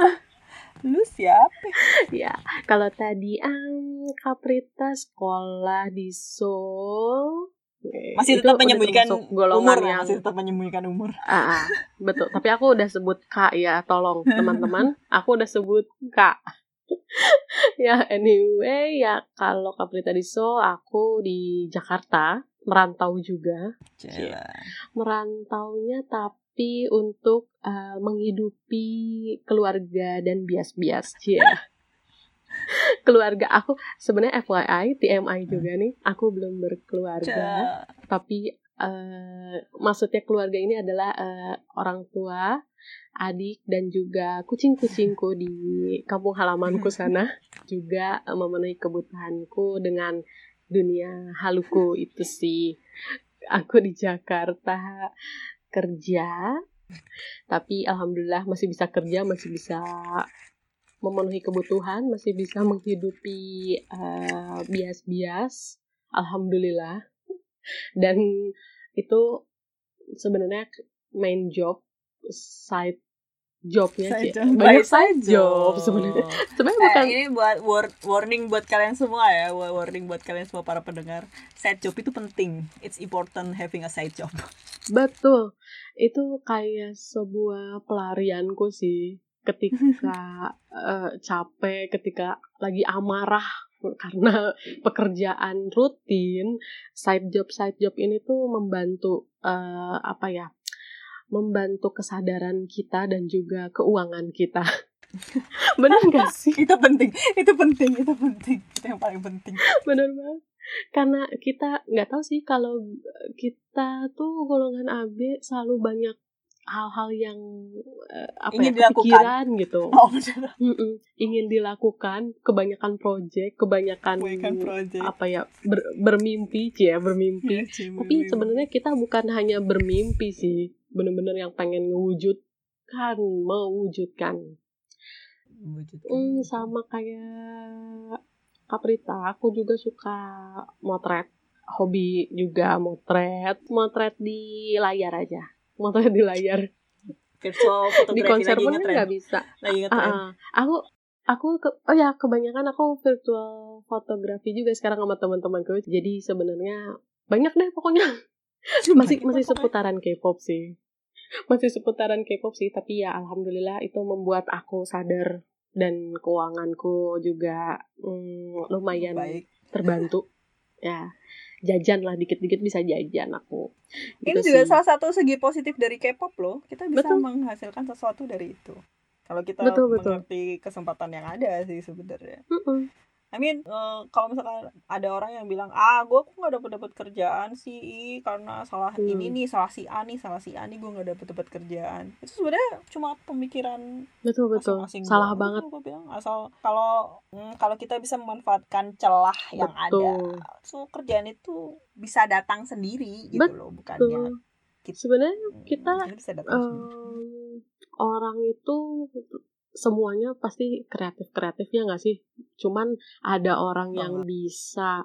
Lu siapa? Ya, kalau tadi um, Kaprita sekolah di Seoul. Masih tetap menyembunyikan umur yang... masih tetap menyembunyikan umur. Ah, ah, betul. Tapi aku udah sebut Kak ya, tolong teman-teman. Aku udah sebut Kak. Ya, anyway, ya kalau Kaprita di Seoul, aku di Jakarta. Merantau juga. Cila. Merantaunya tapi untuk uh, menghidupi keluarga dan bias-bias. Ya. Keluarga aku sebenarnya F Y I, T M I juga nih. Aku belum berkeluarga. Cila. Tapi uh, maksudnya keluarga ini adalah uh, orang tua, adik, dan juga kucing-kucingku di kampung halamanku sana. Juga uh, memenuhi kebutuhanku dengan dunia haluku itu sih. Aku di Jakarta kerja, tapi alhamdulillah masih bisa kerja, masih bisa memenuhi kebutuhan, masih bisa menghidupi uh, bias-bias, alhamdulillah. Dan itu sebenarnya main job, side jobnya sih, banyak side job sebenarnya. Sebenarnya bukan. Eh, ini buat war- warning buat kalian semua ya, warning buat kalian semua para pendengar. Side job itu penting. It's important having a side job. Betul, itu kayak sebuah pelarianku sih. Ketika uh, capek, ketika lagi amarah karena pekerjaan rutin, side job side job ini tuh membantu uh, apa ya, membantu kesadaran kita dan juga keuangan kita. Benar nggak sih? Itu penting, itu penting, itu penting, itu yang paling penting. Benar banget. Karena kita nggak tahu sih, kalau kita tuh golongan A B selalu banyak hal-hal yang uh, apa ingin ya, kepikiran dilakukan gitu. Oh, benar. Ingin dilakukan, kebanyakan project, kebanyakan, kebanyakan project. apa ya, ber, bermimpi sih ya, bermimpi. Ya, tapi sebenarnya kita bukan hanya bermimpi sih, benar-benar yang pengen mewujudkan, mewujudkan. Mewujudkan. Hmm, sama kayak Kaprita, aku juga suka motret, hobi juga motret, motret di layar aja. Motret di layar. Virtual fotografi di konser lagi pun ngetren. Nggak bisa. Lagi ngetren. Uh, aku aku ke, oh ya kebanyakan aku virtual fotografi juga sekarang sama teman-temanku. Jadi sebenarnya banyak deh pokoknya. masih masih seputaran K-pop sih. Masih seputaran K-pop sih, tapi ya alhamdulillah itu membuat aku sadar dan keuanganku juga hmm, lumayan baik, terbantu. Ya. Jajan lah, dikit-dikit bisa jajan aku. Ini gitu juga sih. salah satu segi positif dari K-pop loh. Kita bisa betul. menghasilkan sesuatu dari itu. Kalau kita betul, mengerti betul. kesempatan yang ada sih sebenarnya. Uh-uh. I mean, uh, kalau misalkan ada orang yang bilang, ah, gue kok nggak dapet dapet kerjaan sih, karena salah hmm. ini nih, salah si A nih, salah si A nih, gue nggak dapet dapet kerjaan. Itu sebenarnya cuma pemikiran. Betul betul. Salah banget. Gue bilang, asal kalau hmm, kalau kita bisa memanfaatkan celah yang betul. ada, so kerjaan itu bisa datang sendiri gitu betul. loh, bukannya. Kita, sebenarnya kita bisa um, orang itu semuanya pasti kreatif-kreatif ya nggak sih? Cuman ada orang yang oh. bisa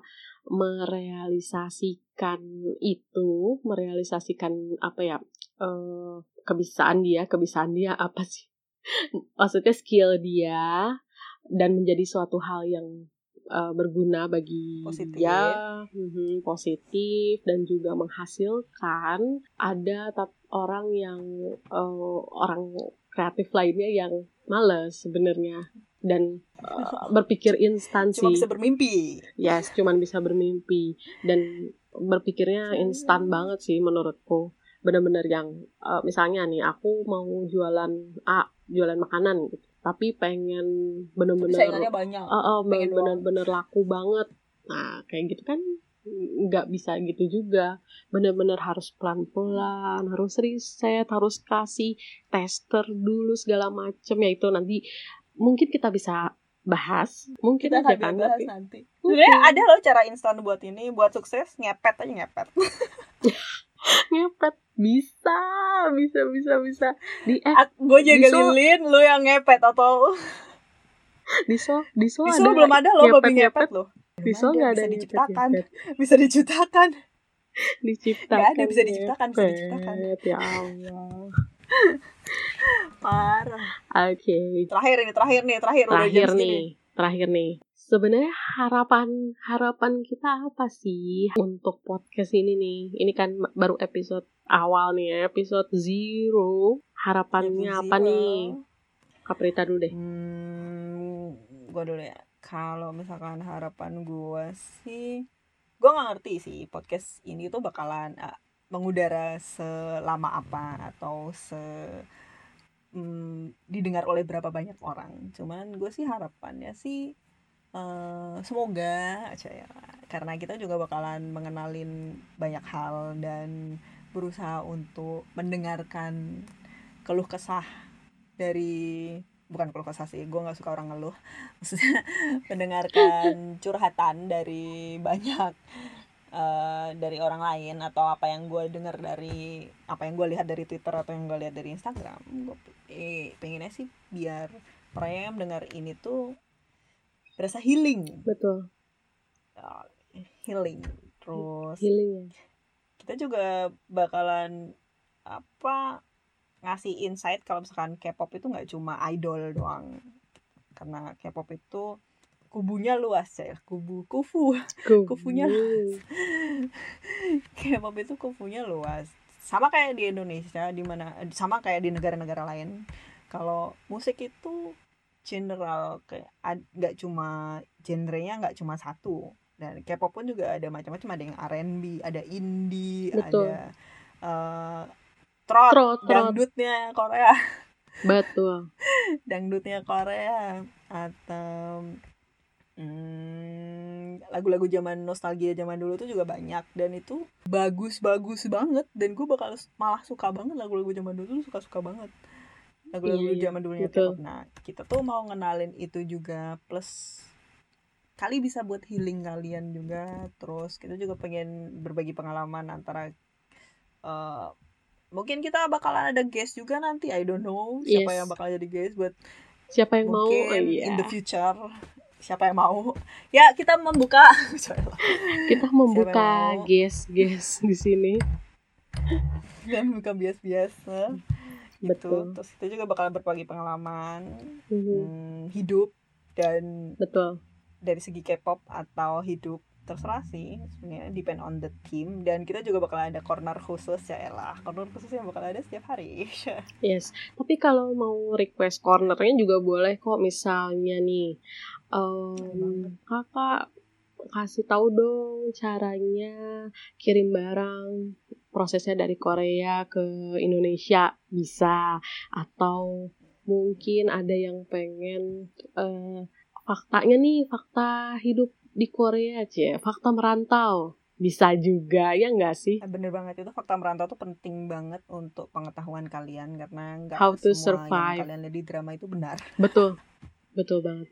merealisasikan itu, merealisasikan apa ya, uh, kebisaan dia, kebisaan dia apa sih? Maksudnya skill dia, dan menjadi suatu hal yang uh, berguna bagi positif. dia, hmm, positif dan juga menghasilkan. Ada tap, orang yang uh, orang kreatif lainnya yang males sebenarnya dan uh, berpikir instan sih. Cuma bisa bermimpi. Yes, cuman bisa bermimpi dan berpikirnya instan banget sih menurutku. Benar-benar yang uh, misalnya nih aku mau jualan A, jualan makanan gitu. Tapi pengen benar-benar saingannya banyak. Uh, uh, benar-benar laku banget. Nah, kayak gitu kan nggak bisa gitu juga. Benar-benar harus pelan-pelan, harus riset, harus kasih tester dulu segala macam, ya itu nanti mungkin kita bisa bahas, mungkin kita aja kan bahas tapi nanti. Sebenarnya ada loh cara instan buat ini, buat sukses, ngepet aja ngepet. ngepet bisa, bisa, bisa, bisa. Di eh, gue jaga lilin, lu yang ngepet atau di so, di so, di so belum ada loh hobi ngepet loh. Di so nggak ada, bisa diciptakan, bisa diciptakan, diciptakan. Nggak ada, bisa diciptakan, bisa diciptakan. Ya Allah. Parah. Oke. Okay. Terakhir ini, terakhir nih, terakhir, terakhir udah nih, terakhir nih. Sebenarnya harapan harapan kita apa sih untuk podcast ini nih? Ini kan baru episode awal nih ya, episode zero. Harapannya episode apa zero. Nih? Kaprita dulu deh. Hmm, gue dulu ya. Kalau misalkan harapan gue sih, gue nggak ngerti sih podcast ini tuh bakalan uh, mengudara selama apa atau se um, didengar oleh berapa banyak orang. Cuman gue sih harapannya sih uh, semoga aja ya, karena kita juga bakalan mengenalin banyak hal dan berusaha untuk mendengarkan keluh kesah dari bukan keluh kesah sih, gue nggak suka orang ngeluh, maksudnya mendengarkan curhatan dari banyak uh, dari orang lain atau apa yang gue dengar dari apa yang gue lihat dari Twitter atau yang gue lihat dari Instagram. Gue eh, pengennya sih biar orang yang mendengar ini tuh berasa healing. Betul. Uh, healing. Terus healing. Kita juga bakalan apa ngasih insight kalau misalkan K-pop itu nggak cuma idol doang, karena K-pop itu kubunya luas ya, kubu kufu Kubu. kufunya luas. K-pop itu kufunya luas, sama kayak di Indonesia, di mana sama kayak di negara-negara lain. Kalau musik itu general, kayak nggak cuma genrenya nggak cuma satu. Dan K-pop pun juga ada macam-macam, ada yang R and B, ada indie, Betul. ada uh, trot, Trot, trot. dangdutnya Korea. Betul. Dangdutnya Korea atau hmm, lagu-lagu zaman nostalgia zaman dulu tuh juga banyak, dan itu bagus-bagus banget, dan gue bakal malah suka banget lagu-lagu zaman dulu tuh, suka-suka banget lagu-lagu Iya, zaman dulunya betul. K-pop. Nah, kita tuh mau ngenalin itu juga, plus kali bisa buat healing kalian juga. Terus kita juga pengen berbagi pengalaman antara uh, mungkin kita bakalan ada guest juga nanti, I don't know siapa Yes. yang bakal jadi guest, buat Siapa yang mau? mungkin Oh, iya. in the future siapa yang mau, ya kita membuka kita membuka guest-guest di sini dan membuka bias-bias gitu. Betul. Terus kita juga bakalan berbagi pengalaman mm-hmm. hmm, hidup, dan betul, dari segi K-pop atau hidup, terserah sih sebenarnya, depend on the team. Dan kita juga bakal ada corner khusus, ya elah, corner khusus yang bakal ada setiap hari. Yes, tapi kalau mau request cornernya juga boleh kok. Misalnya nih, um, kakak kasih tahu dong caranya kirim barang, prosesnya dari Korea ke Indonesia, bisa. Atau mungkin ada yang pengen uh, faktanya nih, fakta hidup di Korea aja, fakta merantau, bisa juga, ya nggak sih? Bener banget, itu fakta merantau tuh penting banget untuk pengetahuan kalian, karena nggak How to semua survive. yang kalian lihat di drama itu benar. Betul, betul banget.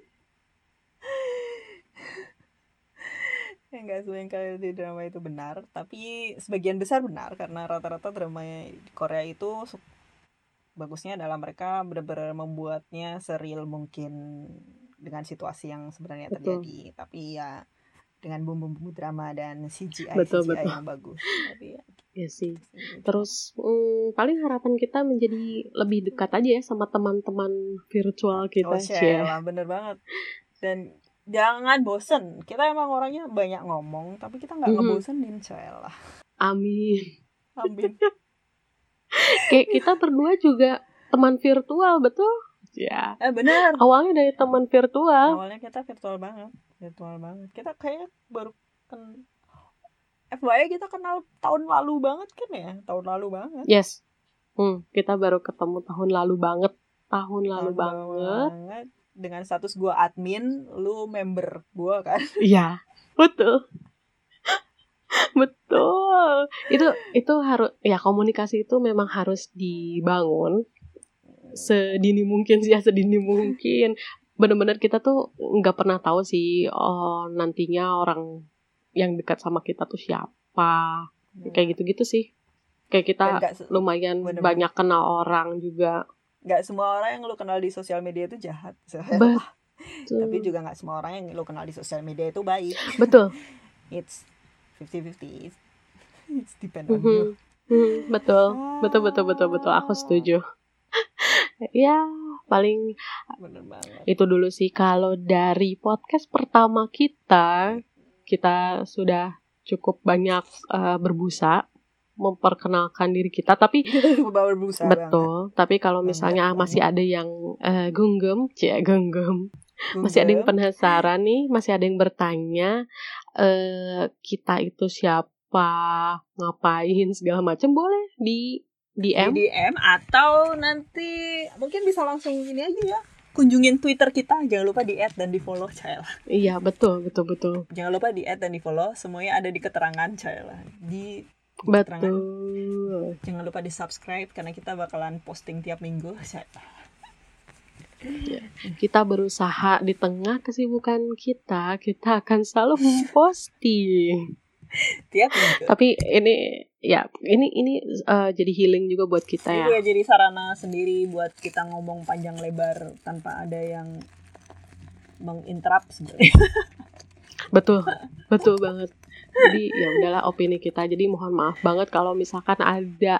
Nggak semua yang kalian lihat di drama itu benar, tapi sebagian besar benar, karena rata-rata drama di Korea itu bagusnya adalah mereka benar-benar membuatnya seril mungkin dengan situasi yang sebenarnya terjadi. Betul. Tapi ya dengan bumbu-bumbu drama dan C G I betul, C G I betul. Yang bagus. Tapi ya, ya sih. Terus hmm, paling harapan kita menjadi lebih dekat aja ya sama teman-teman virtual kita. Oh lah, bener banget. Dan jangan bosen. Kita emang orangnya banyak ngomong, tapi kita nggak mm-hmm. ngebosenin, lah. Amin. Amin. Kayak kita berdua juga teman virtual, betul? Ya. Eh benar. Awalnya dari teman virtual. Awalnya kita virtual banget, virtual banget. Kita kayak baru kan F Y I kita kenal tahun lalu banget kan ya? Tahun lalu banget. Yes. Hmm, kita baru ketemu tahun lalu banget. Tahun lalu tahun banget. banget. Dengan status gua admin, lu member gua kan? Iya, betul. Betul. Itu itu harus ya, komunikasi itu memang harus dibangun sedini mungkin sih ya, sedini mungkin. Benar-benar kita tuh nggak pernah tahu sih oh, nantinya orang yang dekat sama kita tuh siapa. Nah. Kayak gitu-gitu sih. Kayak kita se- lumayan bener-bener banyak kenal orang juga. Nggak semua orang yang lu kenal di sosial media itu jahat. Betul. Tapi juga nggak semua orang yang lu kenal di sosial media itu baik. Betul. It's fifty-fifty. It's depend on mm-hmm. you. Mm-hmm. Betul. Betul betul betul betul. Aku setuju. Ya, paling bener banget. Itu dulu sih kalau dari podcast pertama kita, kita sudah cukup banyak uh, berbusa memperkenalkan diri kita, tapi berbusa betul. Banget. Tapi kalau misalnya banget, masih banget. ada yang uh, genggam, cie genggam, masih ada yang penasaran nih, masih ada yang bertanya uh, kita itu siapa, ngapain segala macam, boleh di D M. Di D M atau nanti mungkin bisa langsung ini aja ya, kunjungin Twitter kita. Jangan lupa di add dan di follow, Caela. Iya, betul, betul, betul. Jangan lupa di add dan di follow. Semuanya ada di keterangan, Caela. Di betul. Keterangan. Jangan lupa di subscribe karena kita bakalan posting tiap minggu, Caela. Ya, kita berusaha di tengah kesibukan kita, kita akan selalu memposting tiap minggu. Tapi ini ya ini ini uh, jadi healing juga buat kita ya. Iya, jadi sarana sendiri buat kita ngomong panjang lebar tanpa ada yang menginterrupt sebenarnya. Betul, betul banget. Jadi ya udahlah opini kita. Jadi mohon maaf banget kalau misalkan ada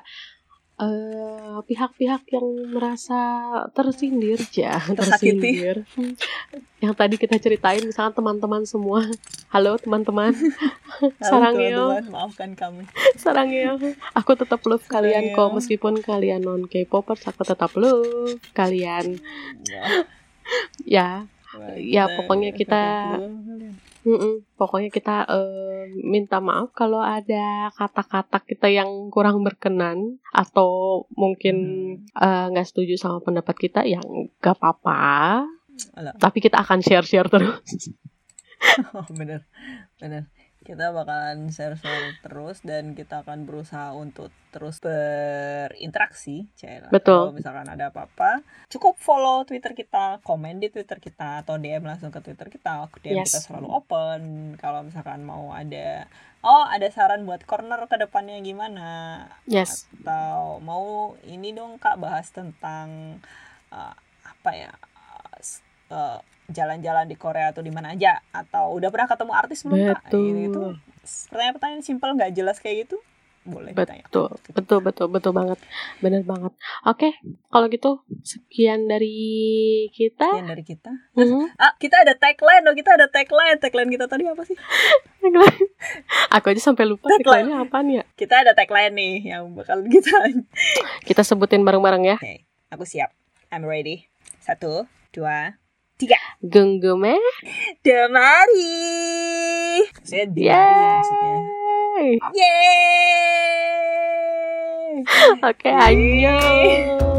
uh, pihak-pihak yang merasa tersindir ya, tersindir. Yang tadi kita ceritain, misalkan teman-teman semua. Halo teman-teman. Sarangyo, maafkan kami. Sarangyo, aku tetap love kalian kok, meskipun kalian non K-popers, aku tetap love kalian. Ya, Ya pokoknya kita Mm-mm. Pokoknya kita uh, minta maaf kalau ada kata-kata kita yang kurang berkenan atau mungkin nggak hmm. uh, setuju sama pendapat kita, yang nggak apa-apa. Alah. Tapi kita akan share-share terus. Oh, bener, bener. Kita bakalan share-share terus dan kita akan berusaha untuk terus berinteraksi. Cela. Betul. Kalau misalkan ada apa-apa, cukup follow Twitter kita, komen di Twitter kita, atau D M langsung ke Twitter kita. D M yes. Kita selalu open. Kalau misalkan mau ada, oh ada saran buat corner ke depannya gimana? Yes. Atau mau ini dong Kak bahas tentang uh, apa ya? Uh, jalan-jalan di Korea atau di mana aja, atau udah pernah ketemu artis belum Kak? Betul. Itu pertanyaan-pertanyaan simpel nggak jelas kayak gitu boleh ditanya. Betul, betul, betul, betul banget, benar banget. Oke, kalau gitu sekian dari kita. Sekian dari kita. Mm-hmm. Ah, kita ada tagline loh, kita ada tagline. Tagline kita tadi apa sih? Tagline. Aku aja sampai lupa tagline-nya apaan ya. Kita ada tagline nih yang bakal kita kita sebutin bareng-bareng ya. Oke, okay, aku siap. I'm ready. Satu, dua, tiga. Genggame Demari. Saya Demari maksudnya. Yeay. Oke, okay, annyeong.